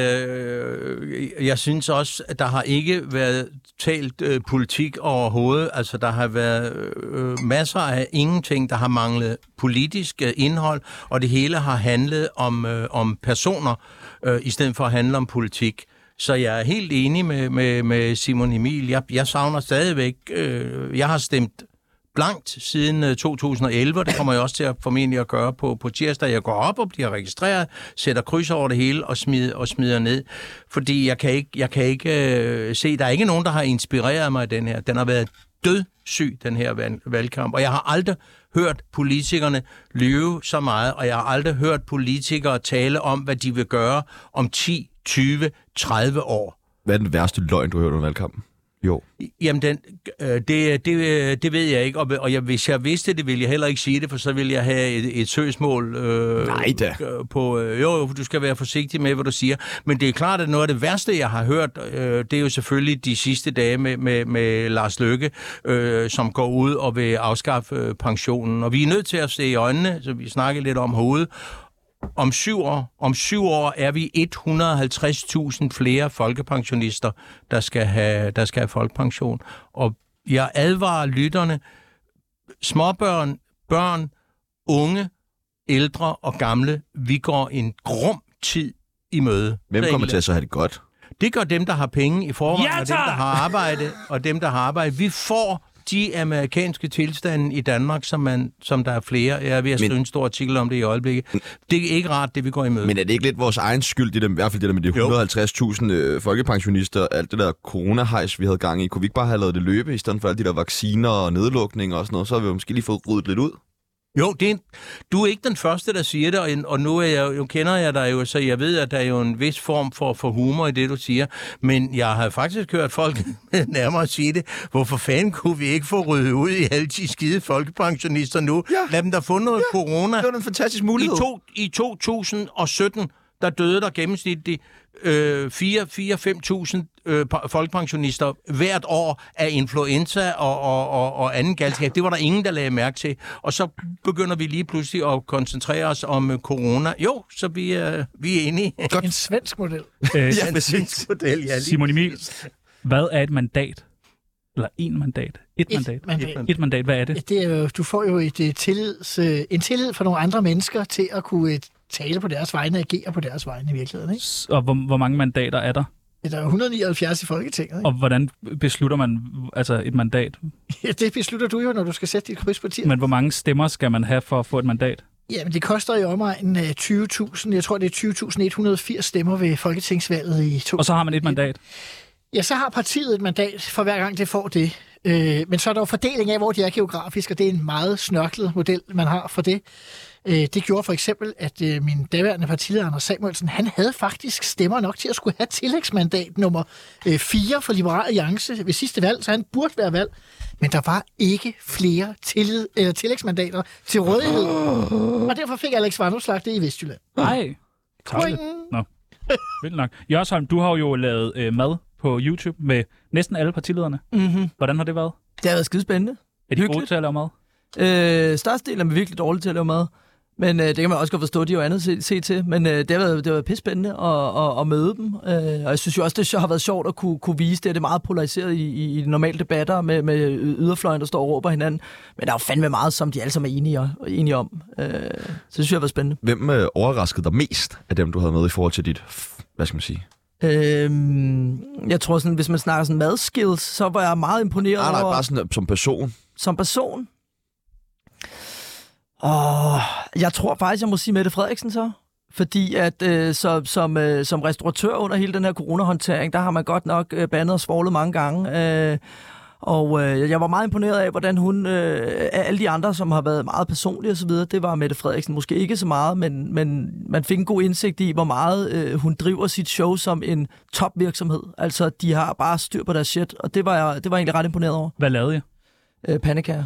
jeg synes også, at der har ikke været talt politik overhovedet. Altså, der har været masser af ingenting, der har manglet politisk indhold, og det hele har handlet om personer, i stedet for at handle om politik. Så jeg er helt enig med Simon Emil. Jeg savner stadigvæk. Jeg har stemt blankt siden 2011, og det kommer jeg også til at formentlig at gøre på tirsdag. Jeg går op og bliver registreret, sætter kryds over det hele og smider ned. Fordi jeg kan ikke se, der er ikke nogen, der har inspireret mig i den her. Den har været dødssyg, den her valgkamp, og jeg har aldrig hørt politikerne lyve så meget, og jeg har aldrig hørt politikere tale om, hvad de vil gøre om 10, 20, 30 år. Hvad er den værste løgn, du har hørt om valgkampen? Jo. Jamen, det ved jeg ikke, og hvis jeg vidste det, ville jeg heller ikke sige det, for så ville jeg have et søgsmål Nej da. på... Jo, du skal være forsigtig med, hvad du siger. Men det er klart, at noget af det værste, jeg har hørt, det er jo selvfølgelig de sidste dage med Lars Løkke, som går ud og vil afskaffe pensionen. Og vi er nødt til at se i øjnene, så vi snakker lidt om hovedet. Om 7 år er vi 150.000 flere folkepensionister, der skal have folkepension. Og jeg advarer lytterne, småbørn, børn, unge, ældre og gamle, vi går en grum tid i møde. Hvem kommer til at så have det godt? Det gør dem, der har penge i forvejen, og dem, der har arbejde, og dem, der har arbejde. Vi får de amerikanske tilstande i Danmark, som der er flere. Jeg er ved at skrive en stor artikel om det i øjeblikket. Det er ikke rart, det vi går i møde. Men er det ikke lidt vores egen skyld, i hvert fald det der med de 150.000 folkepensionister, alt det der coronahejs, vi havde gang i? Kunne vi ikke bare have lavet det løbe, i stedet for alle de der vacciner og nedlukning og sådan noget? Så har vi måske lige fået ryddet lidt ud. Jo, du er ikke den første, der siger det, og nu kender jeg dig jo, så jeg ved, at der er jo en vis form for humor i det, du siger. Men jeg har faktisk hørt folk nærmere sige det. Hvorfor fanden kunne vi ikke få ryddet ud i alle de skide folkepensionister nu? Ja. Lad dem da få noget corona. Det var en fantastisk mulighed. I 2017, der døde der gennemsnitligt 4-5.000 folkepensionister hvert år af influenza og anden galskab. Det var der ingen, der lagde mærke til. Og så begynder vi lige pludselig at koncentrere os om corona. Jo, så vi er enige. Godt. En svensk model. En svensk model, ja. Simon Emil, hvad er et mandat? Eller en mandat? Et mandat, hvad er det? Det er jo, du får jo en tillid fra nogle andre mennesker til at kunne tale på deres vegne og agere på deres vegne i virkeligheden, ikke? Og hvor mange mandater er der? Der er 179 i Folketinget, ikke? Og hvordan beslutter man et mandat? Ja, det beslutter du jo, når du skal sætte dit kryds på tier. Men hvor mange stemmer skal man have for at få et mandat? Jamen, det koster i omegnen 20.000. Jeg tror, det er 20.180 stemmer ved folketingsvalget i 2000. Og så har man et mandat? Ja, så har partiet et mandat for hver gang, det får det. Men så er der jo fordeling af, hvor de er geografisk, og det er en meget snørklet model, man har for det. Det gjorde for eksempel, at min daværende partileder, Anders Samuelsen, han havde faktisk stemmer nok til at skulle have tillægsmandat nummer 4 for Liberal Alliance ved sidste valg, så han burde være valg. Men der var ikke flere tillægsmandater til rådighed. Og derfor fik Alex Vanopslagh det i Vestjylland. Nej. Nå. Vildt nok. Jørsholm, du har jo lavet mad på YouTube med næsten alle partilederne. Mm-hmm. Hvordan har det været? Det har været skidespændende. Er de gode til at lave mad? Størstedelen er virkelig dårlige til at lave mad. Men det kan man også godt forstå, de er jo andet se til. Men det har været pissespændende at møde dem. Og jeg synes jo også, det har været sjovt at kunne vise det. Det er meget polariseret i normale debatter med yderfløjen, der står og råber hinanden. Men der er jo fandme meget, som de alle sammen er enige om. Så det synes jeg har været spændende. Hvem overraskede dig mest af dem, du havde med i forhold til dit, hvad skal man sige? Jeg tror sådan, hvis man snakker sådan madskills, så var jeg meget imponeret over... Nej, bare sådan som person. Som person? Jeg tror faktisk, jeg må sige Mette Frederiksen så. Fordi at som restauratør under hele den her coronahåndtering, der har man godt nok bandet og svoglet mange gange. Jeg var meget imponeret af, hvordan hun, af alle de andre, som har været meget personlige osv., det var Mette Frederiksen måske ikke så meget, men man fik en god indsigt i, hvor meget hun driver sit show som en topvirksomhed. Altså, de har bare styr på deres shit, og det var jeg egentlig ret imponeret over. Hvad lavede jeg? Pandekager.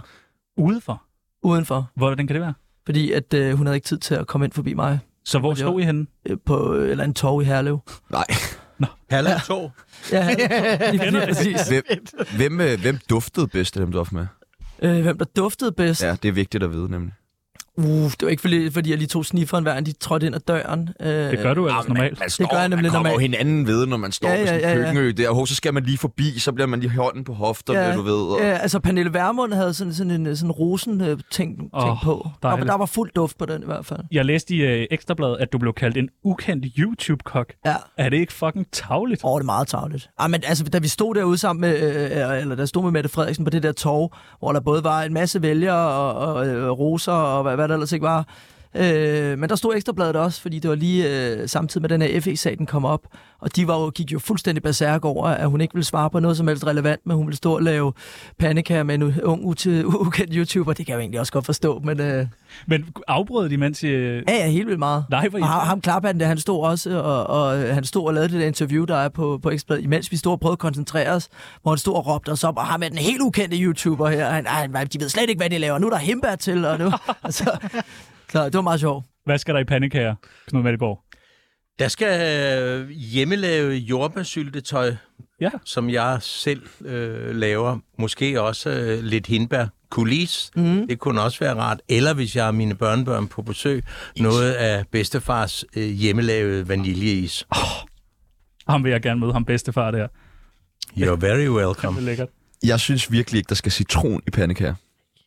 Udenfor? Hvordan kan det være? Fordi at hun havde ikke tid til at komme ind forbi mig. Så hvor stod I henne? På eller en torv i Herlev. Nej. Herlev Torv? Ja, Herlev. Præcis. Hvem duftede bedst af dem, du var med? Hvem der duftede bedst? Ja, det er vigtigt at vide, nemlig. Det var ikke fordi jeg lige tog snifferen hver, de trådte ind ad døren. Det gør du ellers normalt. Det gør jeg nemlig normalt. Man kommer jo hinanden ved, når man står med sådan en køkkenø der. Så skal man lige forbi, så bliver man lige hånden på hofterne, du ved. Og... altså Pernille Vermund havde sådan en rosen-ting på. Der var fuld duft på den i hvert fald. Jeg læste i Ekstrabladet, at du blev kaldt en ukendt YouTube-kok. Ja. Er det ikke fucking tarveligt? Det er meget tarveligt. Men altså, da vi stod derude sammen med, eller der stod med Mette Frederiksen på det der torv, hvor der både var en masse vælgere og roser og hvad der ellers ikke var. Men der stod Ekstrabladet også, fordi det var lige samtidig med den her FE-sag, den kom op. Og de gik jo fuldstændig berserk over, at hun ikke ville svare på noget som helst relevant, men hun ville stå og lave pandekager med en ung, ukendt YouTuber. Det kan jeg jo egentlig også godt forstå, men... Men afbrød de, mens I... Ja, helt vildt meget. Nej, og ham Klarpanden, han stod også, og han stod og lavede det der interview, der er på Ekstrabladet, imens vi stod og prøvede at koncentrere os, hvor han stod og råbte os op, og ham er den helt ukendte YouTuber her. De ved slet ikke, hvad de laver. Nu er der himbær til, og nu... altså, så det var meget sjovt. Hvad skal der i pandekager, Knud Melgaard? Der skal hjemmelave jordbærsyltetøj, som jeg selv laver. Måske også lidt hindbær. Coulis, det kunne også være rart. Eller hvis jeg har mine børnebørn på besøg, noget af bedstefars hjemmelavede vaniljeis. Ham vil jeg gerne møde, ham bedstefar der. You're very welcome. Det er lækkert. Jeg synes virkelig ikke, der skal citron i pandekager.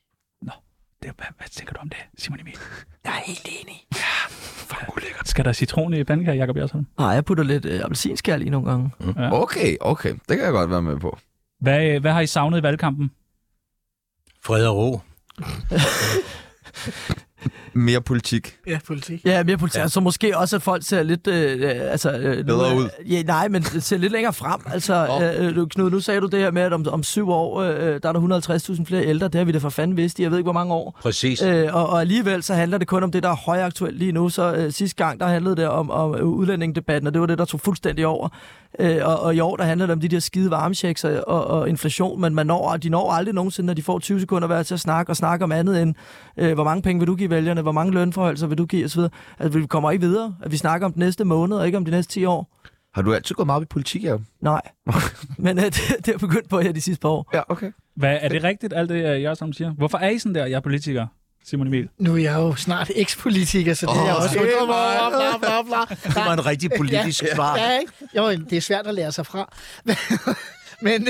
Hvad tænker du om det, Simon Emil? Jeg er helt enig. Ja, fuck ulækkert. Skal der citron i pandekager, Jacob Jersson? Nej, jeg putter lidt appelsinskal i nogle gange. Ja. Okay. Det kan jeg godt være med på. Hvad har I savnet i valgkampen? Fred og ro. Mere politik. Ja, politik. Ja, mere politik. Ja. Så måske også, at folk ser lidt... bedre ud. Ja, nej, men ser lidt længere frem. Altså, Knud, nu sagde du det her med, at om 7 år, der er der 150.000 flere ældre. Det har vi da for fanden vidst i, jeg ved ikke, hvor mange år. Præcis. Og alligevel så handler det kun om det, der er højaktuelt lige nu. Så sidste gang, der handlede det om udlændingedebatten, og det var det, der tog fuldstændig over. Og i år, der handler det om de der skide varmechecks og inflation, men de når aldrig nogensinde, når de får 20 sekunder hver til at snakke om andet end, hvor mange penge vil du give vælgerne, hvor mange lønforholdelser vil du give osv. Altså, vi kommer ikke videre, at vi snakker om den næste måned, og ikke om de næste 10 år. Har du altid gået meget op i politik, ja? Nej, men det er begyndt på her de sidste par år. Ja, okay. Er det rigtigt, alt det, jeg som siger? Hvorfor er I sådan der, jeg er politiker? Simon Emil. Nu er jeg jo snart ekspolitiker, så det er jeg også. Det var en rigtig politisk svar. Ja, ikke? Jo, det er svært at lære sig fra. men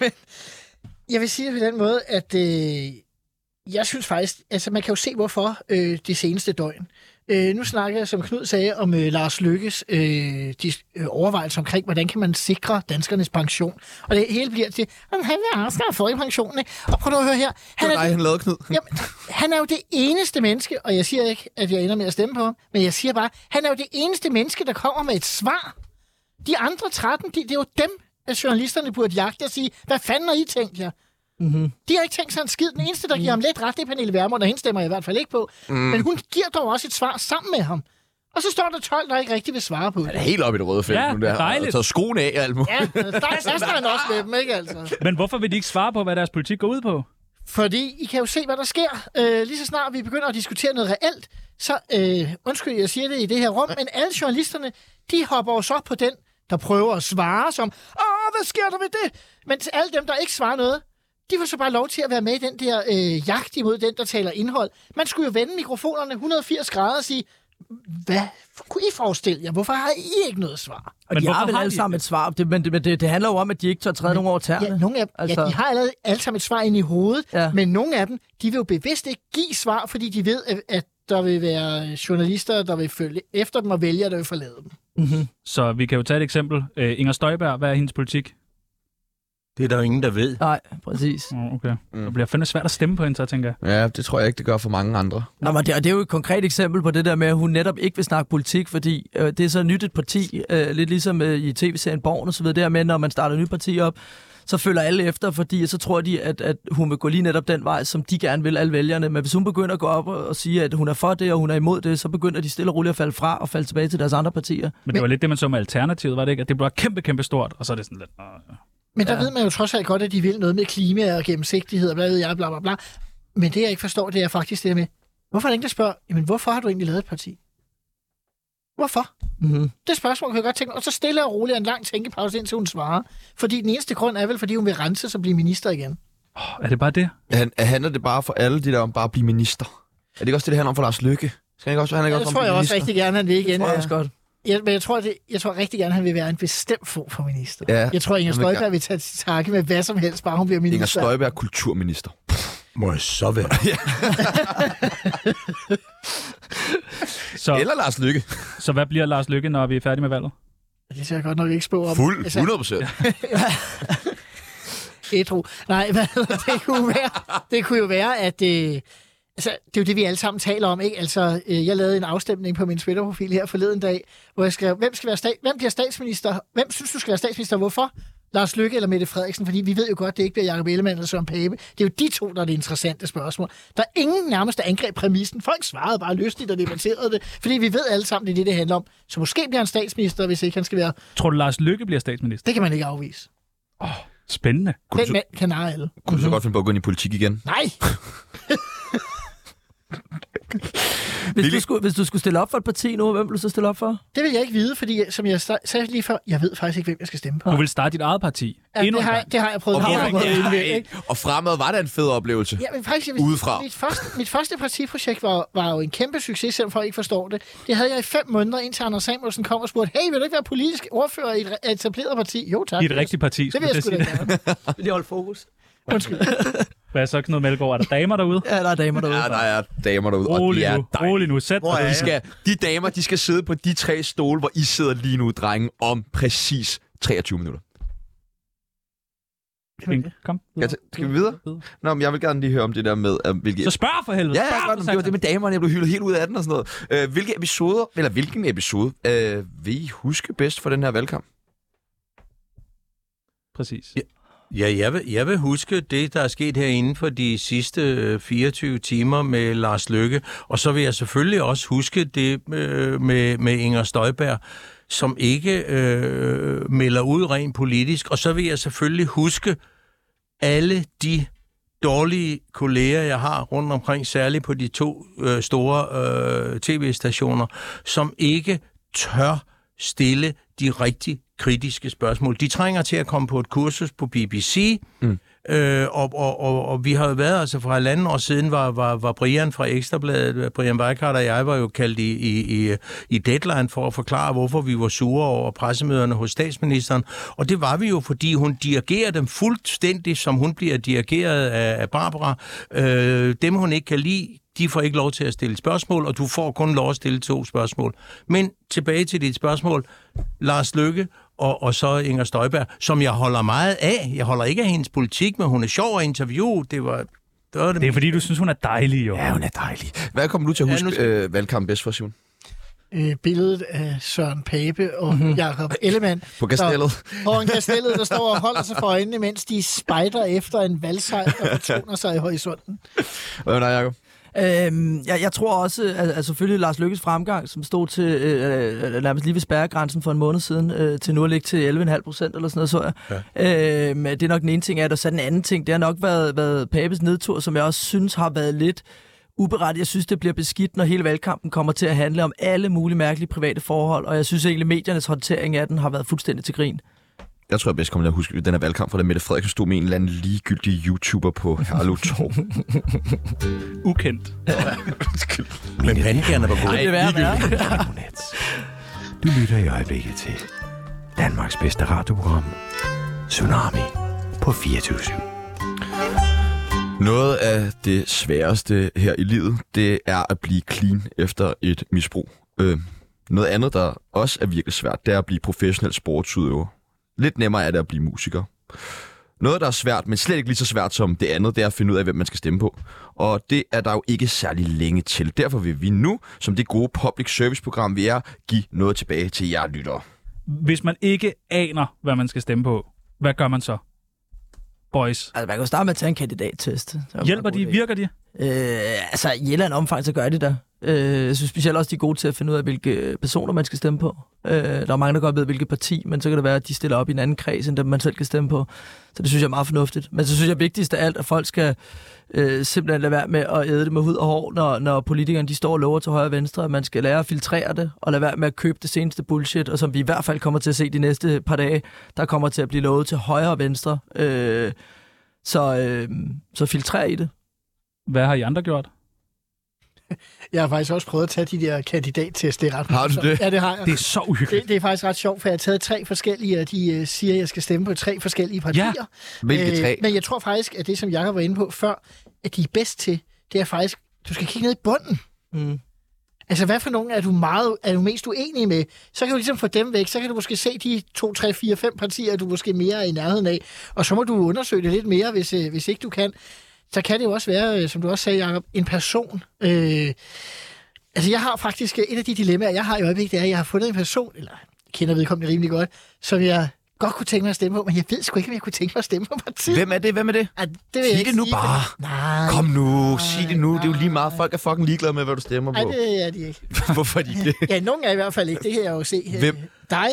jeg vil sige det på den måde, at jeg synes faktisk, altså man kan jo se hvorfor de seneste døgn. Nu snakker jeg, som Knud sagde, om Lars Løkkes overvejelser omkring, hvordan kan man sikre danskernes pension. Og det hele bliver til, han vil også have folkepensionen. Og prøv nu at høre her. Han lavede Knud. Jamen, han er jo det eneste menneske, og jeg siger ikke, at jeg ender med at stemme på ham, men jeg siger bare, han er jo det eneste menneske, der kommer med et svar. De andre 13, det er jo dem, at journalisterne burde jagte og sige, hvad fanden har I tænkt jer? Mm-hmm. De har ikke tænkt sig en skid. Den eneste, der giver ham lidt ret, det er Pernille Vermund, og hende stemmer jeg i hvert fald ikke på. Men hun giver dog også et svar sammen med ham. Og så står der 12, der ikke rigtig vil svare på det. Han er helt oppe i det røde felt nu der. Dejligt. Og tager skoene af og alt muligt. Ja, der står han også med dem, ikke altså? Men hvorfor vil de ikke svare på, hvad deres politik går ud på? Fordi I kan jo se, hvad der sker. Lige så snart vi begynder at diskutere noget reelt, så, undskyld, jeg siger det i det her rum, men alle journalisterne, de hopper også op på den, der prøver at svare som, hvad sker der ved det? Men alle dem, der ikke svarer noget, de får så bare lov til at være med i den der jagt imod den, der taler indhold. Man skulle jo vende mikrofonerne 180 grader og sige, hvad kunne I forestille jer? Hvorfor har I ikke noget svar? Og men de har vel alle sammen et svar, men det handler jo om, at de ikke tør træde nogen over tæerne. Ja, nogle af dem, altså... de har allerede alle sammen et svar ind i hovedet, men nogle af dem, de vil jo bevidst ikke give svar, fordi de ved, at der vil være journalister, der vil følge efter dem, og vælgere, der vil forlade dem. Mm-hmm. Så vi kan jo tage et eksempel. Inger Støjberg, hvad er hendes politik? Det er der jo ingen, der ved. Nej, præcis. Okay. Det bliver fandme svært at stemme på hende, så tænker jeg. Ja, det tror jeg ikke, det gør for mange andre. Nå, men det er jo et konkret eksempel på det der med, at hun netop ikke vil snakke politik, fordi det er så nyt et parti, lidt ligesom i tv-serien Borgen og så videre, der med, når man starter et nyt parti op, så følger alle efter, fordi så tror de, at hun vil gå lige netop den vej, som de gerne vil, alle vælgerne. Men hvis hun begynder at gå op og sige, at hun er for det, og hun er imod det, så begynder de stille og roligt at falde fra og falde tilbage til deres andre partier. Men det var lidt det, man så med Alternativet, var det ikke? At det blev kæmpe stort, og så er det sådan lidt... Men der ved man jo trods alt godt, at de vil noget med klima og gennemsigtighed og bla bla bla. Men det, jeg ikke forstår, det er faktisk det der med, hvorfor er der ingen, der spørger, jamen hvorfor har du egentlig lavet et parti? Hvorfor? Mm-hmm. Det spørgsmål kan jeg godt tænke mig. Og så stille og roligt en lang tænkepause, indtil hun svarer. Fordi den eneste grund er vel, fordi hun vil rense og blive minister igen. Er det bare det? Handler det bare for alle de der om bare at blive minister? Er det ikke også det handler om for Lars Løkke? Skal han ikke også, han ikke det også tror jeg også minister? rigtig gerne, han vil igen. Det tror jeg også godt. Ja, men jeg tror rigtig gerne, han vil være en bestemt form for minister. Ja, jeg tror, Inger Støjberg vil tage til takke med hvad som helst, bare hun bliver minister. Inger Støjberg er kulturminister. Må jeg så være? Så, eller Lars Løkke. Så hvad bliver Lars Løkke, når vi er færdige med valget? Det ser jeg godt nok ikke spå om. Fuld, 100%. Ædru. Nej, det kunne jo være, at... Altså, det er jo det, vi alle sammen taler om, ikke? Altså, jeg lavede en afstemning på min Twitter-profil her forleden dag, hvor jeg skrev, hvem bliver statsminister? Hvem synes, du skal være statsminister? Hvorfor? Lars Løkke eller Mette Frederiksen? Fordi vi ved jo godt, det ikke bliver Jakob Ellemann eller Søren Pape. Det er jo de to, der er det interessante spørgsmål. Der er ingen nærmest angreb præmissen. Folk svarede bare lystigt og debatterede det, fordi vi ved alle sammen, det er det handler om. Så måske bliver han statsminister, hvis ikke han skal være... Tror du, Lars Løkke bliver statsminister? Det kan man ikke afvise. Spændende. Den mand kan narre alle. Kunne du så godt finde på at gå ind i politik igen? Nej! Hvis du skulle stille op for et parti nu, hvem vil du så stille op for? Det vil jeg ikke vide, fordi som jeg sagde lige før, jeg ved faktisk ikke, hvem jeg skal stemme på. Du vil starte dit eget parti? Ja, det har jeg prøvet. Og fremad var det en fed oplevelse. Ja, men faktisk, udefra. Mit første partiprojekt var jo en kæmpe succes, selvom folk ikke forstår det. Det havde jeg i 5 måneder, indtil Anders Samuelsen kom og spurgte, hey, vil du ikke være politisk ordfører i et etableret parti? Jo, tak. I et rigtigt parti? Det vil jeg sgu da gerne. Vil de holde fokus? Undskyld. Hvad er så, Knud Melgaard? Er der damer derude? Ja, der er damer derude. Ja, der er damer derude, og de er dejlige. Rolig nu, sæt dig. De damer, de skal sidde på de 3 stole, hvor I sidder lige nu, drenge, om præcis 23 minutter. Kom. Skal vi videre? Nå, men jeg vil gerne lige høre om det der med... hvilke... Så spørg for helvede! Ja, det var det med damerne, jeg blev hyldet helt ud af den og sådan noget. Hvilken episode vil I huske bedst for den her valgkamp? Præcis. Ja, jeg vil huske det, der er sket herinde for de sidste 24 timer med Lars Løkke, og så vil jeg selvfølgelig også huske det med Inger Støjberg, som ikke melder ud rent politisk, og så vil jeg selvfølgelig huske alle de dårlige kolleger, jeg har rundt omkring, særligt på de 2 store tv-stationer, som ikke tør stille de rigtig kritiske spørgsmål. De trænger til at komme på et kursus på BBC, og vi har jo været, altså fra 1,5 år siden, var Brian fra Ekstrabladet, Brian Weikart og jeg var jo kaldt i Deadline for at forklare, hvorfor vi var sure over pressemøderne hos statsministeren. Og det var vi jo, fordi hun dirigerer dem fuldstændig, som hun bliver dirigeret af Barbara. Dem hun ikke kan lide, de får ikke lov til at stille spørgsmål, og du får kun lov at stille 2 spørgsmål. Men tilbage til dit spørgsmål, Lars Løkke og så Inger Støjberg, som jeg holder meget af. Jeg holder ikke af hendes politik, men hun er sjov at interviewe. Det er fordi, du synes, hun er dejlig, jo. Ja, hun er dejlig. Hvad kommer du til at huske valgkampen bedst for, Simon? Billedet af Søren Pape og Jakob Ellemann. På kastellet. På en kastellet, der står og holder sig for øjnene, mens de spejder efter en valgsejr og betoner sig i horisonten. Hvad er der, Jacob? Jeg tror også, at selvfølgelig Lars Løkkes fremgang, som stod til nærmest lige ved spærregrænsen for en måned siden, til nu at ligge til 11,5% eller sådan noget, så jeg. Ja. Det er nok den ene ting, og så den anden ting, det har nok været Papes nedtur, som jeg også synes har været lidt uberettiget. Jeg synes, det bliver beskidt, når hele valgkampen kommer til at handle om alle mulige mærkelige private forhold, og jeg synes egentlig, mediernes håndtering af den har været fuldstændig til grin. Jeg tror, jeg bedst kommer til at huske den her valgkamp, for da Mette Frederiksen stod med en eller anden ligegyldig YouTuber på Herlev Torv. Ukendt. Men pandekærne var gode. Det er værd. Du lytter i øjeblikket til Danmarks bedste radioprogram, Tsunami på 24/7. Noget af det sværeste her i livet, det er at blive clean efter et misbrug. Noget andet, der også er virkelig svært, det er at blive professionel sportsudøver. Lidt nemmere er det at blive musiker. Noget, der er svært, men slet ikke lige så svært som det andet, det er at finde ud af, hvem man skal stemme på. Og det er der jo ikke særlig længe til. Derfor vil vi nu, som det gode public service-program vi er, give noget tilbage til jer lyttere. Hvis man ikke aner, hvad man skal stemme på, hvad gør man så? Boys. Altså, man kan jo starte med at tage en kandidattest. Hjælper de? Virker de? Altså, i et eller andet omfang, så gør de det. Jeg synes specielt også, de er gode til at finde ud af, hvilke personer man skal stemme på. Der er mange, der godt ved, hvilket parti, men så kan det være, at de stiller op i en anden kreds, end dem man selv kan stemme på. Så det synes jeg er meget fornuftigt. Men så synes jeg vigtigst af alt, at folk skal simpelthen lade være med at æde det med hud og hår, når politikerne de står og lover til højre og venstre. At man skal lære at filtrere det, og lade være med at købe det seneste bullshit, og som vi i hvert fald kommer til at se de næste par dage, der kommer til at blive lovet til højre og venstre. Så filtrer i det. Hvad har I andre gjort? Jeg har faktisk også prøvet at tage de der kandidattest. Det er ret har du det? Ja, det har jeg. Det er så uhyggeligt. Det er faktisk ret sjovt, for jeg har taget 3 forskellige, og de siger, at jeg skal stemme på 3 forskellige partier. Ja. Hvilke 3? Men jeg tror faktisk, at det, som Jakob var inde på før, at de er bedst til, det er faktisk, du skal kigge ned i bunden. Mm. Altså, hvad for nogen er du mest uenig med? Så kan du ligesom få dem væk. Så kan du måske se de 2, 3, 4, 5 partier, du måske mere er i nærheden af. Og så må du undersøge det lidt mere, hvis ikke du kan. Så kan det jo også være, som du også sagde, Jacob, en person. Altså, jeg har faktisk et af de dilemmaer, jeg har i øjeblikket, det er, at jeg har fundet en person, eller kender vedkommende rimelig godt, som jeg godt kunne tænke mig at stemme på, men jeg ved sgu ikke, om jeg kunne tænke mig at stemme på partiet. Hvem er det? Ja, det sig det nu sige, bare. Nej. Kom nu, sig det nu. Det er jo lige meget. Folk er fucking ligeglade med, hvad du stemmer på. Nej, det er de ikke. Hvorfor er de ikke det? Ja, nogen er i hvert fald ikke. Det kan jeg jo se. Hvem? Dig?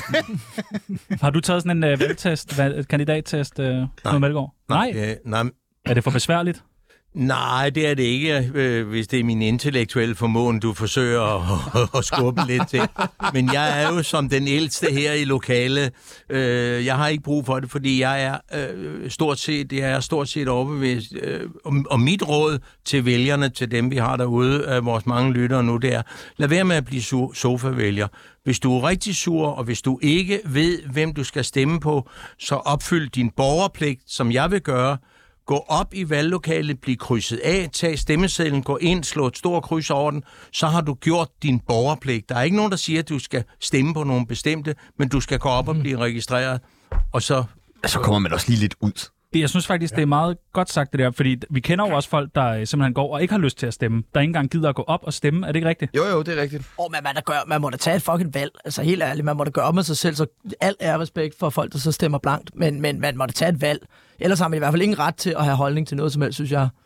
Har du taget sådan en valgtest, kandidattest, Knud Melgaard? Nej. Nej. Er det for besværligt? Nej, det er det ikke, hvis det er min intellektuelle formåen, du forsøger at skubbe lidt til. Men jeg er jo som den ældste her i lokalet. Jeg har ikke brug for det, fordi jeg er stort set overbevist. Og mit råd til vælgerne, til dem vi har derude, vores mange lyttere nu, det er, lad være med at blive sofa-vælger. Hvis du er rigtig sur, og hvis du ikke ved, hvem du skal stemme på, så opfyld din borgerpligt, som jeg vil gøre. Gå op i valglokalet, bliv krydset af, tag stemmesedlen, gå ind, slå et stort kryds over den, så har du gjort din borgerpligt. Der er ikke nogen, der siger, at du skal stemme på nogen bestemte, men du skal gå op og blive registreret, og så kommer man også lige lidt ud. Jeg synes faktisk, det er meget godt sagt det der, fordi vi kender jo også folk, der simpelthen går og ikke har lyst til at stemme. Der ikke engang gider at gå op og stemme. Er det ikke rigtigt? Jo, det er rigtigt. Men man må da tage et fucking valg. Altså helt ærligt, man må da gøre med sig selv, så alt er respekt for folk, der så stemmer blankt. Men man må da tage et valg. Ellers har man i hvert fald ingen ret til at have holdning til noget som helst, synes jeg.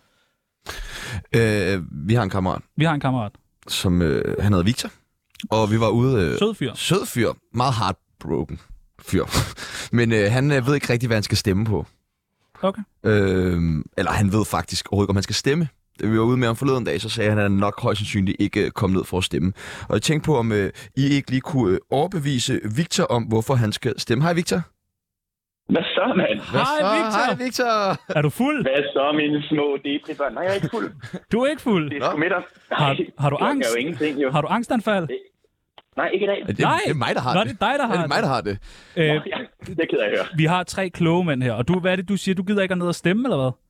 Vi har en kammerat. Som han hedder Victor. Og vi var ude... Sød fyr. Meget heartbroken fyr. Men han ved ikke rigtig, hvad han skal stemme på. Okay. Eller han ved faktisk overhovedet ikke, om han skal stemme. Vi var ude med ham forleden dag, så sagde han, at han nok højst sandsynligt ikke kom ned for at stemme. Og jeg tænkte på, om I ikke lige kunne overbevise Victor om, hvorfor han skal stemme. Hej Victor. Hvad så, mand? Hej Victor. Er du fuld? Hvad så, mine små depri-børn? Nej, jeg er ikke fuld. Du er ikke fuld? Det er sgu middag. Har du angst? Jo ingenting, jo. Har du angstanfald? Nej, ikke i dag. Det er mig, der har det. Det er dig, der har det. Det er mig, der har det. Det gider jeg høre. Vi har 3 kloge mænd her, og hvad er det, du siger? Du gider ikke at ned og stemme, eller hvad?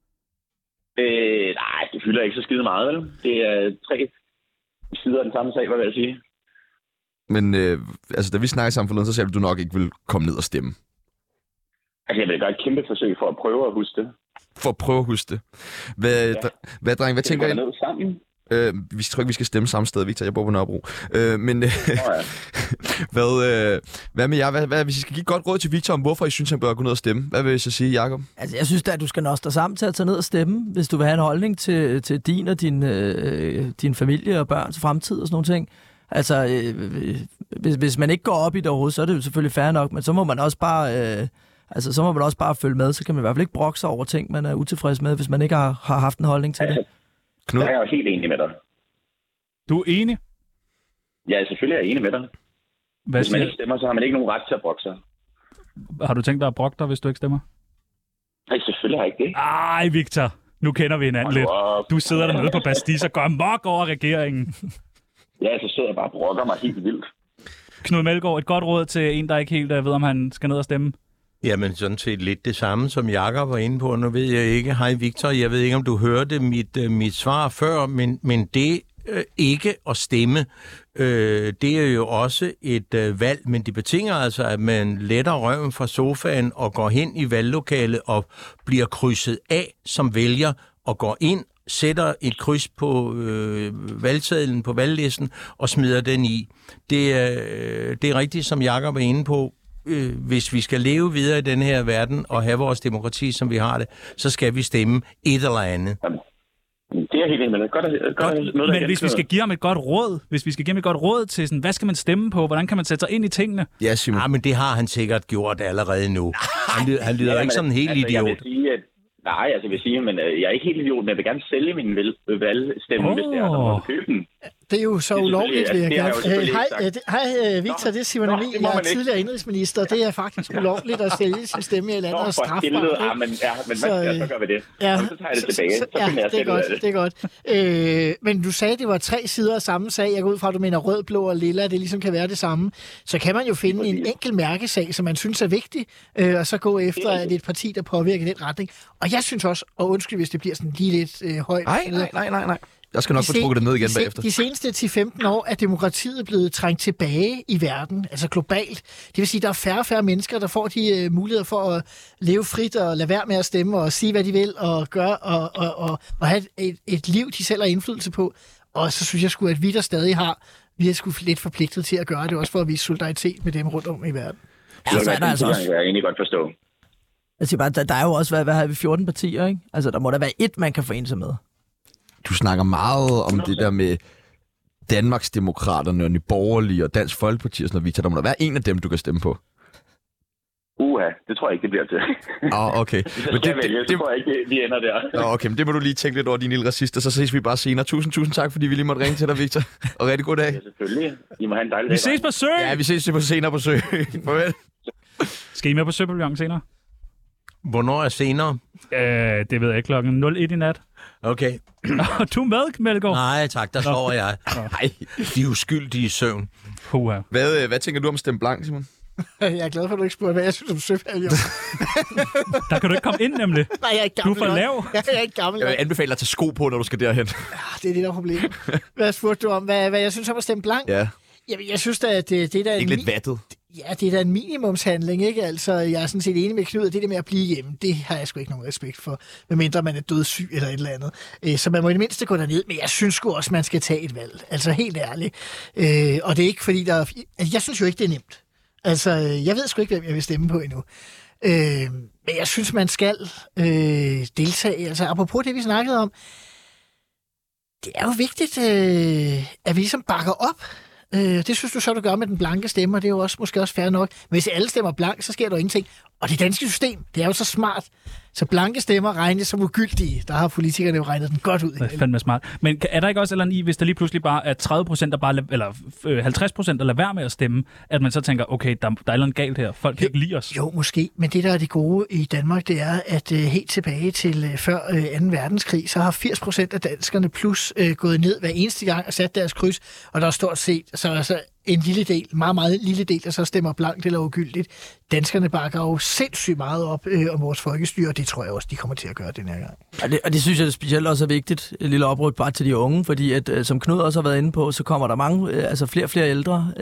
Nej, det fylder ikke så skide meget, vel? Det er 3 sider af den samme sag, hvad vil jeg sige. Men da vi snakkede sammen forleden, så sagde du nok ikke vil komme ned og stemme. Altså, jeg vil gøre et kæmpe forsøg for at prøve at huske det. Hvad dreng, hvad tænker I? Ned sammen. Vi tror ikke, vi skal stemme samme sted, Victor. Jeg bor på Nørrebro. Hvad med jer? Hvad, hvis I skal give godt råd til Victor om, hvorfor I synes, han bør gå ned og stemme? Hvad vil I så sige, Jacob? Altså, jeg synes da, at du skal nå dig sammen til at tage ned og stemme, hvis du vil have en holdning til din og din familie og børns fremtid og sådan nogle ting. Altså, hvis man ikke går op i det overhovedet, så er det jo selvfølgelig fair nok, men så må man også bare følge med, så kan man i hvert fald ikke brokke sig over ting, man er utilfreds med, hvis man ikke har haft en holdning til det. Knud? Jeg er jo helt enig med dig. Du er enig? Ja, selvfølgelig er jeg enig med dig. Hvis man ikke stemmer, så har man ikke nogen ret til at brokke sig. Har du tænkt dig at brokke dig, hvis du ikke stemmer? Nej, selvfølgelig har jeg ikke det. Ej, Victor. Nu kender vi hinanden lidt. Du sidder dernede på Bastille og gør mok over regeringen. Ja, så sidder jeg bare og brokker mig helt vildt. Knud Melgaard, et godt råd til en, der ikke helt ved, om han skal ned og stemme. Jamen, sådan set lidt det samme, som Jakob var inde på. Nu ved jeg ikke, hej Victor, jeg ved ikke, om du hørte mit svar før, men det ikke at stemme. Det er jo også et valg, men det betinger altså, at man letter røven fra sofaen og går hen i valglokalet og bliver krydset af som vælger og går ind, sætter et kryds på valgsedlen på valglisten og smider den i. Det er rigtigt, som Jakob er inde på. Hvis vi skal leve videre i den her verden og have vores demokrati, som vi har det, så skal vi stemme et eller andet. Det er helt enig med. Godt, men hvis vi skal give ham et godt råd, til sådan, hvad skal man stemme på? Hvordan kan man sætte sig ind i tingene? Ja, Simon. Ja, men det har han sikkert gjort allerede nu. Han lyder ikke som en helt idiot. Nej, jeg vil sige, men jeg er ikke helt idiot, men jeg vil gerne sælge min valgstemme, hvis det er, der må købe den. Det er jo så ulovligt, vil jeg gerne. Hej, Victor, det er Simon Emil. Jeg er tidligere indrigsminister. Det er faktisk ulovligt at sælge sin stemme i landet og strafbart. Men så gør vi det. Ja, så tager jeg det tilbage. Det er godt. Men du sagde, det var 3 sider af samme sag. Jeg går ud fra, at du mener rød, blå og lilla. Det ligesom kan være det samme. Så kan man jo finde en enkelt mærkesag, som man synes er vigtig, og så gå efter, at det er et parti, der påvirker den retning. Og jeg synes også, og undskyld, hvis det bliver sådan lige lidt højt. Nej. Jeg skal nok få trukket det ned igen bagefter. De seneste 10-15 år er demokratiet blevet trængt tilbage i verden, altså globalt. Det vil sige, at der er færre og færre mennesker, der får de muligheder for at leve frit og lade være med at stemme og sige, hvad de vil og gøre og have et liv, de selv har indflydelse på. Og så synes jeg sgu, at vi der stadig vi er sgu lidt forpligtet til at gøre det, også for at vise solidaritet med dem rundt om i verden. Ja, så er der altså også... Jeg egentlig godt forstå. Jeg siger bare, der er jo også, hvad har vi, 14 partier, ikke? Altså, der må der være et, man kan forene sig med. Du snakker meget om det der med Danmarksdemokraterne og Nye Borgerlige og Dansk Folkeparti og sådan noget, Victor. Der må der være en af dem, du kan stemme på. Det tror jeg ikke, det bliver til. Okay. Men det tror jeg ikke, vi ender der. Okay, men det må du lige tænke lidt over, din lille racist, og så ses vi bare senere. Tusind tak, fordi vi lige måtte ringe til dig, Victor. Og rigtig god dag. Ja, selvfølgelig. I må have en dejlig dag. Vi ses på Sø! Ja, vi ses senere på Sø. Farvel. Skal I med på Søpavillon senere? Hvornår er senere? Det ved jeg, klokken 01 i nat. Okay. Du er med, Melgaard? Nej, tak, der sover jeg. Nej, de er uskyldige i søvn. Hvad tænker du om stemme blank, Simon? Jeg er glad for, at du ikke spurgte, hvad jeg synes om Søpavillon. Der kan du ikke komme ind, nemlig. Nej, jeg er ikke gammel. Du er for lav. Jeg er ikke gammel. Jeg vil anbefale dig at tage sko på, når du skal derhen. Det er det, der er problemet. Hvad spurgte du om? Hvad jeg synes om at stemme blank? Ja. Jamen, jeg synes da, at det er da ikke lidt vattet. Ja, det er da en minimumshandling, ikke? Altså, jeg er sådan set enig med Knud, at det der med at blive hjemme, det har jeg sgu ikke nogen respekt for, medmindre man er dødssyg eller et eller andet. Så man må i det mindste gå derned, men jeg synes sgu også, man skal tage et valg. Altså, helt ærligt. Og det er ikke fordi, jeg synes jo ikke, det er nemt. Altså, jeg ved sgu ikke, hvem jeg vil stemme på endnu. Men jeg synes, man skal deltage. Altså, apropos det, vi snakkede om, det er jo vigtigt, at vi ligesom bakker op. Det synes du så, du gør med den blanke stemme, og det er jo måske også fair nok. Men hvis alle stemmer blank, så sker der jo ingenting. Og det danske system, det er jo så smart. Så blanke stemmer regnes som ugyldige. Der har politikerne jo regnet den godt ud. Det er fandme smart. Men er der ikke også eller andet i, hvis der lige pludselig bare er 30%, der bare eller 50%, der lader være med at stemme, at man så tænker, okay, der er noget galt her. Folk kan ikke lide os. Jo, måske. Men det, der er det gode i Danmark, det er, at helt tilbage til før 2. verdenskrig, så har 80% af danskerne plus gået ned hver eneste gang og sat deres kryds. Og der er stort set så altså en lille del, meget, meget lille del, der så stemmer blankt eller ugyldigt. Danskerne bakker jo sindssygt meget op om vores folkestyre, og det tror jeg også, de kommer til at gøre den her gang. Og det synes jeg det specielt også er vigtigt, et lille opråb bare til de unge, fordi at, som Knud også har været inde på, så kommer der mange, altså flere ældre,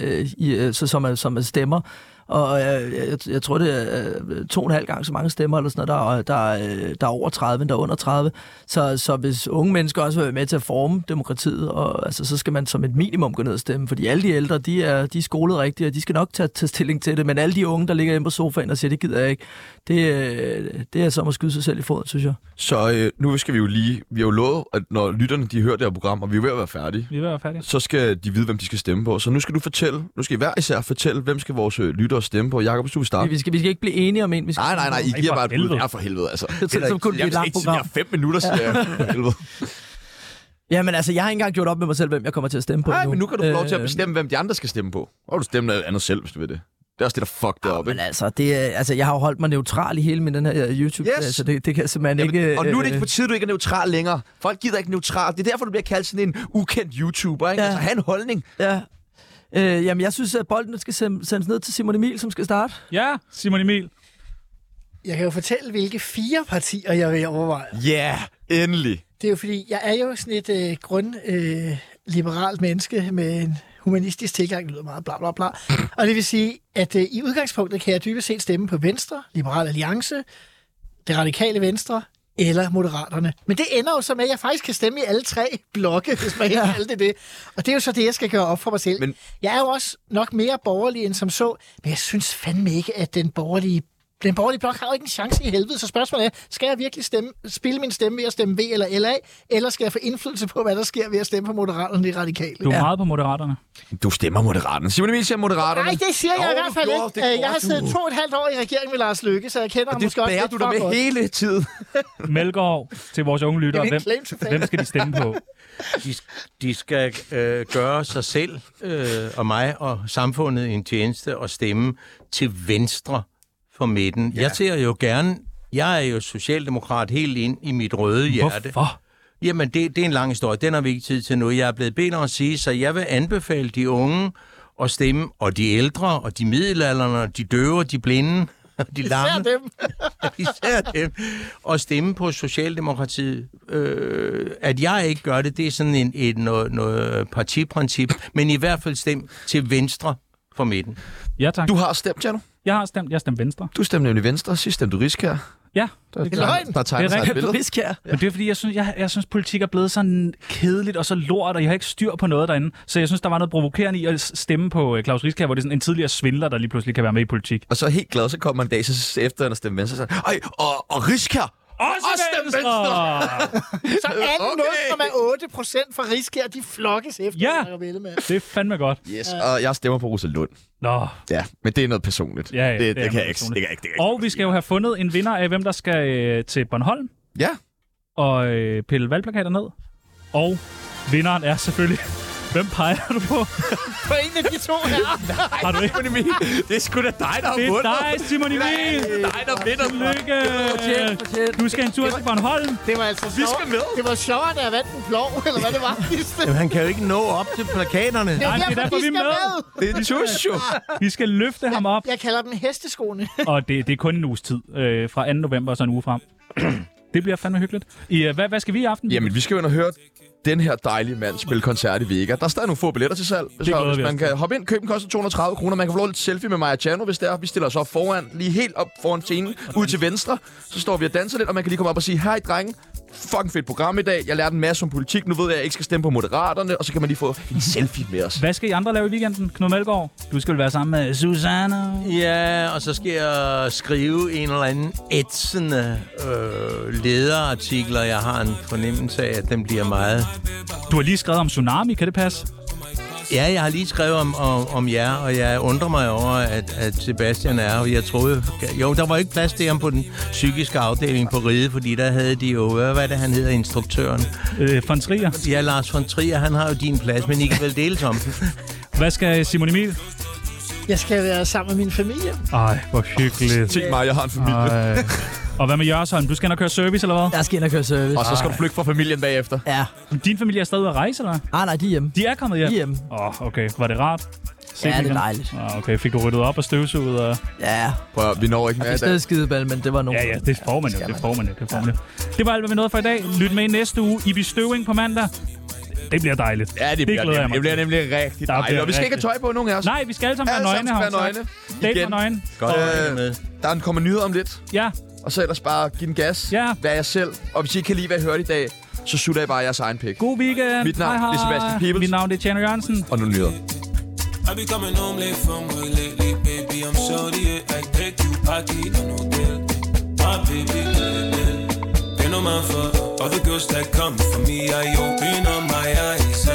som stemmer. Og jeg tror, det er 2,5 gange så mange stemmer, eller sådan noget, der er over 30, end der er under 30. Så hvis unge mennesker også vil være med til at forme demokratiet, og, altså, så skal man som et minimum gå ned og stemme. Fordi alle de ældre, de er skolet rigtigt, og de skal nok tage stilling til det. Men alle de unge, der ligger inde på sofaen og siger, det gider jeg ikke, det er som at skyde sig selv i foden, synes jeg. Så nu skal vi jo vi har jo lovet, at når lytterne de hører det her program, og vi er ved at være færdige, så skal de vide, hvem de skal stemme på. Så nu skal I hver især fortælle, hvem skal vores lyttere stemme på. Jakob, du vil starte. Vi skal ikke blive enige om en. Nej, I giver bare et bud. For helvede, altså. Som kunne blive et langt program. Jeg 5 minutter, siger jeg. For helvede. Jamen altså, jeg har ikke engang gjort op med mig selv, hvem jeg kommer til at stemme på. Nej, men nu kan du få lov til at bestemme, hvem de andre skal stemme på. Og du stemmer noget andet selv, hvis du vil det. Det er også det, der fuck op, ikke? Men altså, jeg har jo holdt mig neutral i hele min den her YouTube, så det kan simpelthen ikke... Og nu er det ikke på tide, du ikke er neutral længere. Folk gider ikke neutral. Det er derfor, du bliver kaldt sådan en ukendt YouTuber, ikke? Ja. Altså, have en holdning. Ja. Jamen, jeg synes, at bolden skal sendes ned til Simon Emil, som skal starte. Ja, Simon Emil. Jeg kan jo fortælle, hvilke 4 partier jeg vil overveje. Ja, endelig. Det er jo fordi, jeg er jo sådan et grundliberalt menneske med en humanistisk tilgang, det lyder meget bla bla bla. Og det vil sige, at i udgangspunktet kan jeg dybest set stemme på Venstre, Liberal Alliance, Det Radikale Venstre eller Moderaterne. Men det ender jo så med, at jeg faktisk kan stemme i alle 3 blokke, hvis man kan kalde det. Og det er jo så det, jeg skal gøre op for mig selv. Men jeg er jo også nok mere borgerlig end som så, men jeg synes fandme ikke, at den borgerlige blok har jo ikke en chance i helvede, så spørgsmålet er, skal jeg virkelig spille min stemme ved at stemme V eller LA, eller skal jeg få indflydelse på, hvad der sker ved at stemme på Moderaterne og De Radikale? Du er meget på Moderaterne. Du stemmer Moderaterne. Simon Emil siger Moderaterne. Nej, det siger jeg i hvert fald ikke. Jeg har siddet 2,5 år i regeringen med Lars Løkke, så jeg kender ham måske også lidt du der med godt. Hele tiden. Melgaard til vores unge lyttere. Hvem skal de stemme på? De skal gøre sig selv og mig og samfundet en tjeneste og stemme til venstre for midten. Ja. Jeg ser jo gerne, jeg er jo socialdemokrat helt ind i mit røde hjerte. Hvorfor? Jamen, det er en lang historie. Den har vi ikke tid til nu. Jeg er blevet bedt om at sige, så jeg vil anbefale de unge at stemme, og de ældre, og de middelaldrende, de døve, de blinde, og de lamme. Især dem. Og stemme på Socialdemokratiet. At jeg ikke gør det, det er sådan noget partiprincip, men i hvert fald stemme til venstre for midten. Ja, tak. Du har stemt, Jano? Jeg har stemt Venstre. Du stemte nemlig Venstre. Sidst stemte du Riskær. Ja. Der tegner sig et billede. Men det er fordi, jeg synes, politik er blevet sådan kedeligt og så lort, og jeg har ikke styr på noget derinde. Så jeg synes, der var noget provokerende i at stemme på Claus Riskær, hvor det er sådan en tidligere svindler, der lige pludselig kan være med i politik. Og så helt glad, så kommer man en dag så efter at stemme Venstre, så og Riskær! Også Venstre! Så 18,8% for Riskær, de flokkes efter, ja, det er fandme godt. Yes, og jeg stemmer på Rosa Lund. Nå. Ja, men det er noget personligt. Ja, det kan jeg ikke. Og vi skal jo have fundet en vinder af, hvem der skal til Bornholm. Ja. Og pille valgplakater ned. Og vinderen er selvfølgelig... Hvem peger du på? På en af de 2 her. Har du ikke? Det er sgu da dig, der har vundet. Det er dig, Simon Emil. Det er dig, der vinder. Lykke. Du skal en tur til Bornholm. Det var altså vi skal med. Det var sjovere, da jeg vandt en plov, eller hvad det var. Jamen, han kan jo ikke nå op til plakaterne. Nej, det er derfor, vi er med. Det er tus, jo. Vi skal løfte ham op. Jeg kalder dem hesteskoene. Og det er kun en uges tid. Fra 2. november og så en uge frem. Det bliver fandme hyggeligt. Hvad skal vi i aften? Jamen, vi skal jo ind og høre den her dejlige mand spille koncert i Vega. Der er stadig nogle få billetter til salg. Så hvis man kan hoppe ind, køben koster 230 kroner. Man kan få lov lidt selfie med mig og Jano, hvis det er. Vi stiller os op foran, lige helt op foran scenen, ud til venstre. Så står vi og danser lidt, og man kan lige komme op og sige, hej drenge, fucking fedt program i dag. Jeg lærte en masse om politik. Nu ved jeg, at jeg ikke skal stemme på Moderaterne, og så kan man lige få en selfie med os. Hvad skal I andre lave i weekenden, Knud Melgaard? Du skal være sammen med Susanne. Ja, og så skal jeg skrive en eller anden ætsende lederartikler. Jeg har en fornemmelse af, at den bliver meget... Du har lige skrevet om Tsunami, kan det passe? Ja, jeg har lige skrevet om jer, og jeg undrer mig over, at Sebastian er, og jeg troede... Jo, der var ikke plads til ham på den psykiske afdeling på Ride, fordi der havde de jo... Hvad er det, han hedder, instruktøren? Von Trier. Ja, Lars von Trier, han har jo din plads, men I kan vel deles om den. Hvad skal Simon Emil? Jeg skal være sammen med min familie. Ej, hvor hyggeligt. Tænk mig, jeg har en familie. Og hvad med Jørsholm? Du skal ind og køre service, eller hvad? Jeg skal ind og køre service. Og så skal du flygte fra familien bagefter. Ja. Din familie er stadig ude at rejse, eller hvad? Nej, de er hjemme. De er kommet hjem? De er hjemme. Okay. Var det rart? Ja, det er dejligt. Okay, fik du ryddet op og støvsuget? Og... Ja. Prøv, vi når ikke mere i dag. Jeg fik stadig skideball, men det var nogen. Ja, det får man jo. Det var alt, hvad vi nåede for i dag. Lyt med i næste uge. Ibi Støving på mandag. Det bliver dejligt. Ja, det bliver nemlig rigtig dejligt. Og vi skal ikke have tøj på, nogen af os. Nej, vi skal alle sammen være nøgne. Date for nøgne. Godt. Der kommer nyheder om lidt. Ja. Og så ellers bare give den gas. Ja. Vær jer selv. Og hvis I ikke kan lide, hvad I hørte i dag, så sutter I bare jeres egen pik. God weekend. Mit navn er Sebastian Peebles. Mit navn er Tjerno Jørgensen. Og nu nyheder. I be coming home late from work lately, baby. I'm sorry, I take you party on no deal. My baby, been no man for all the girls that come for me. I open up my eyes.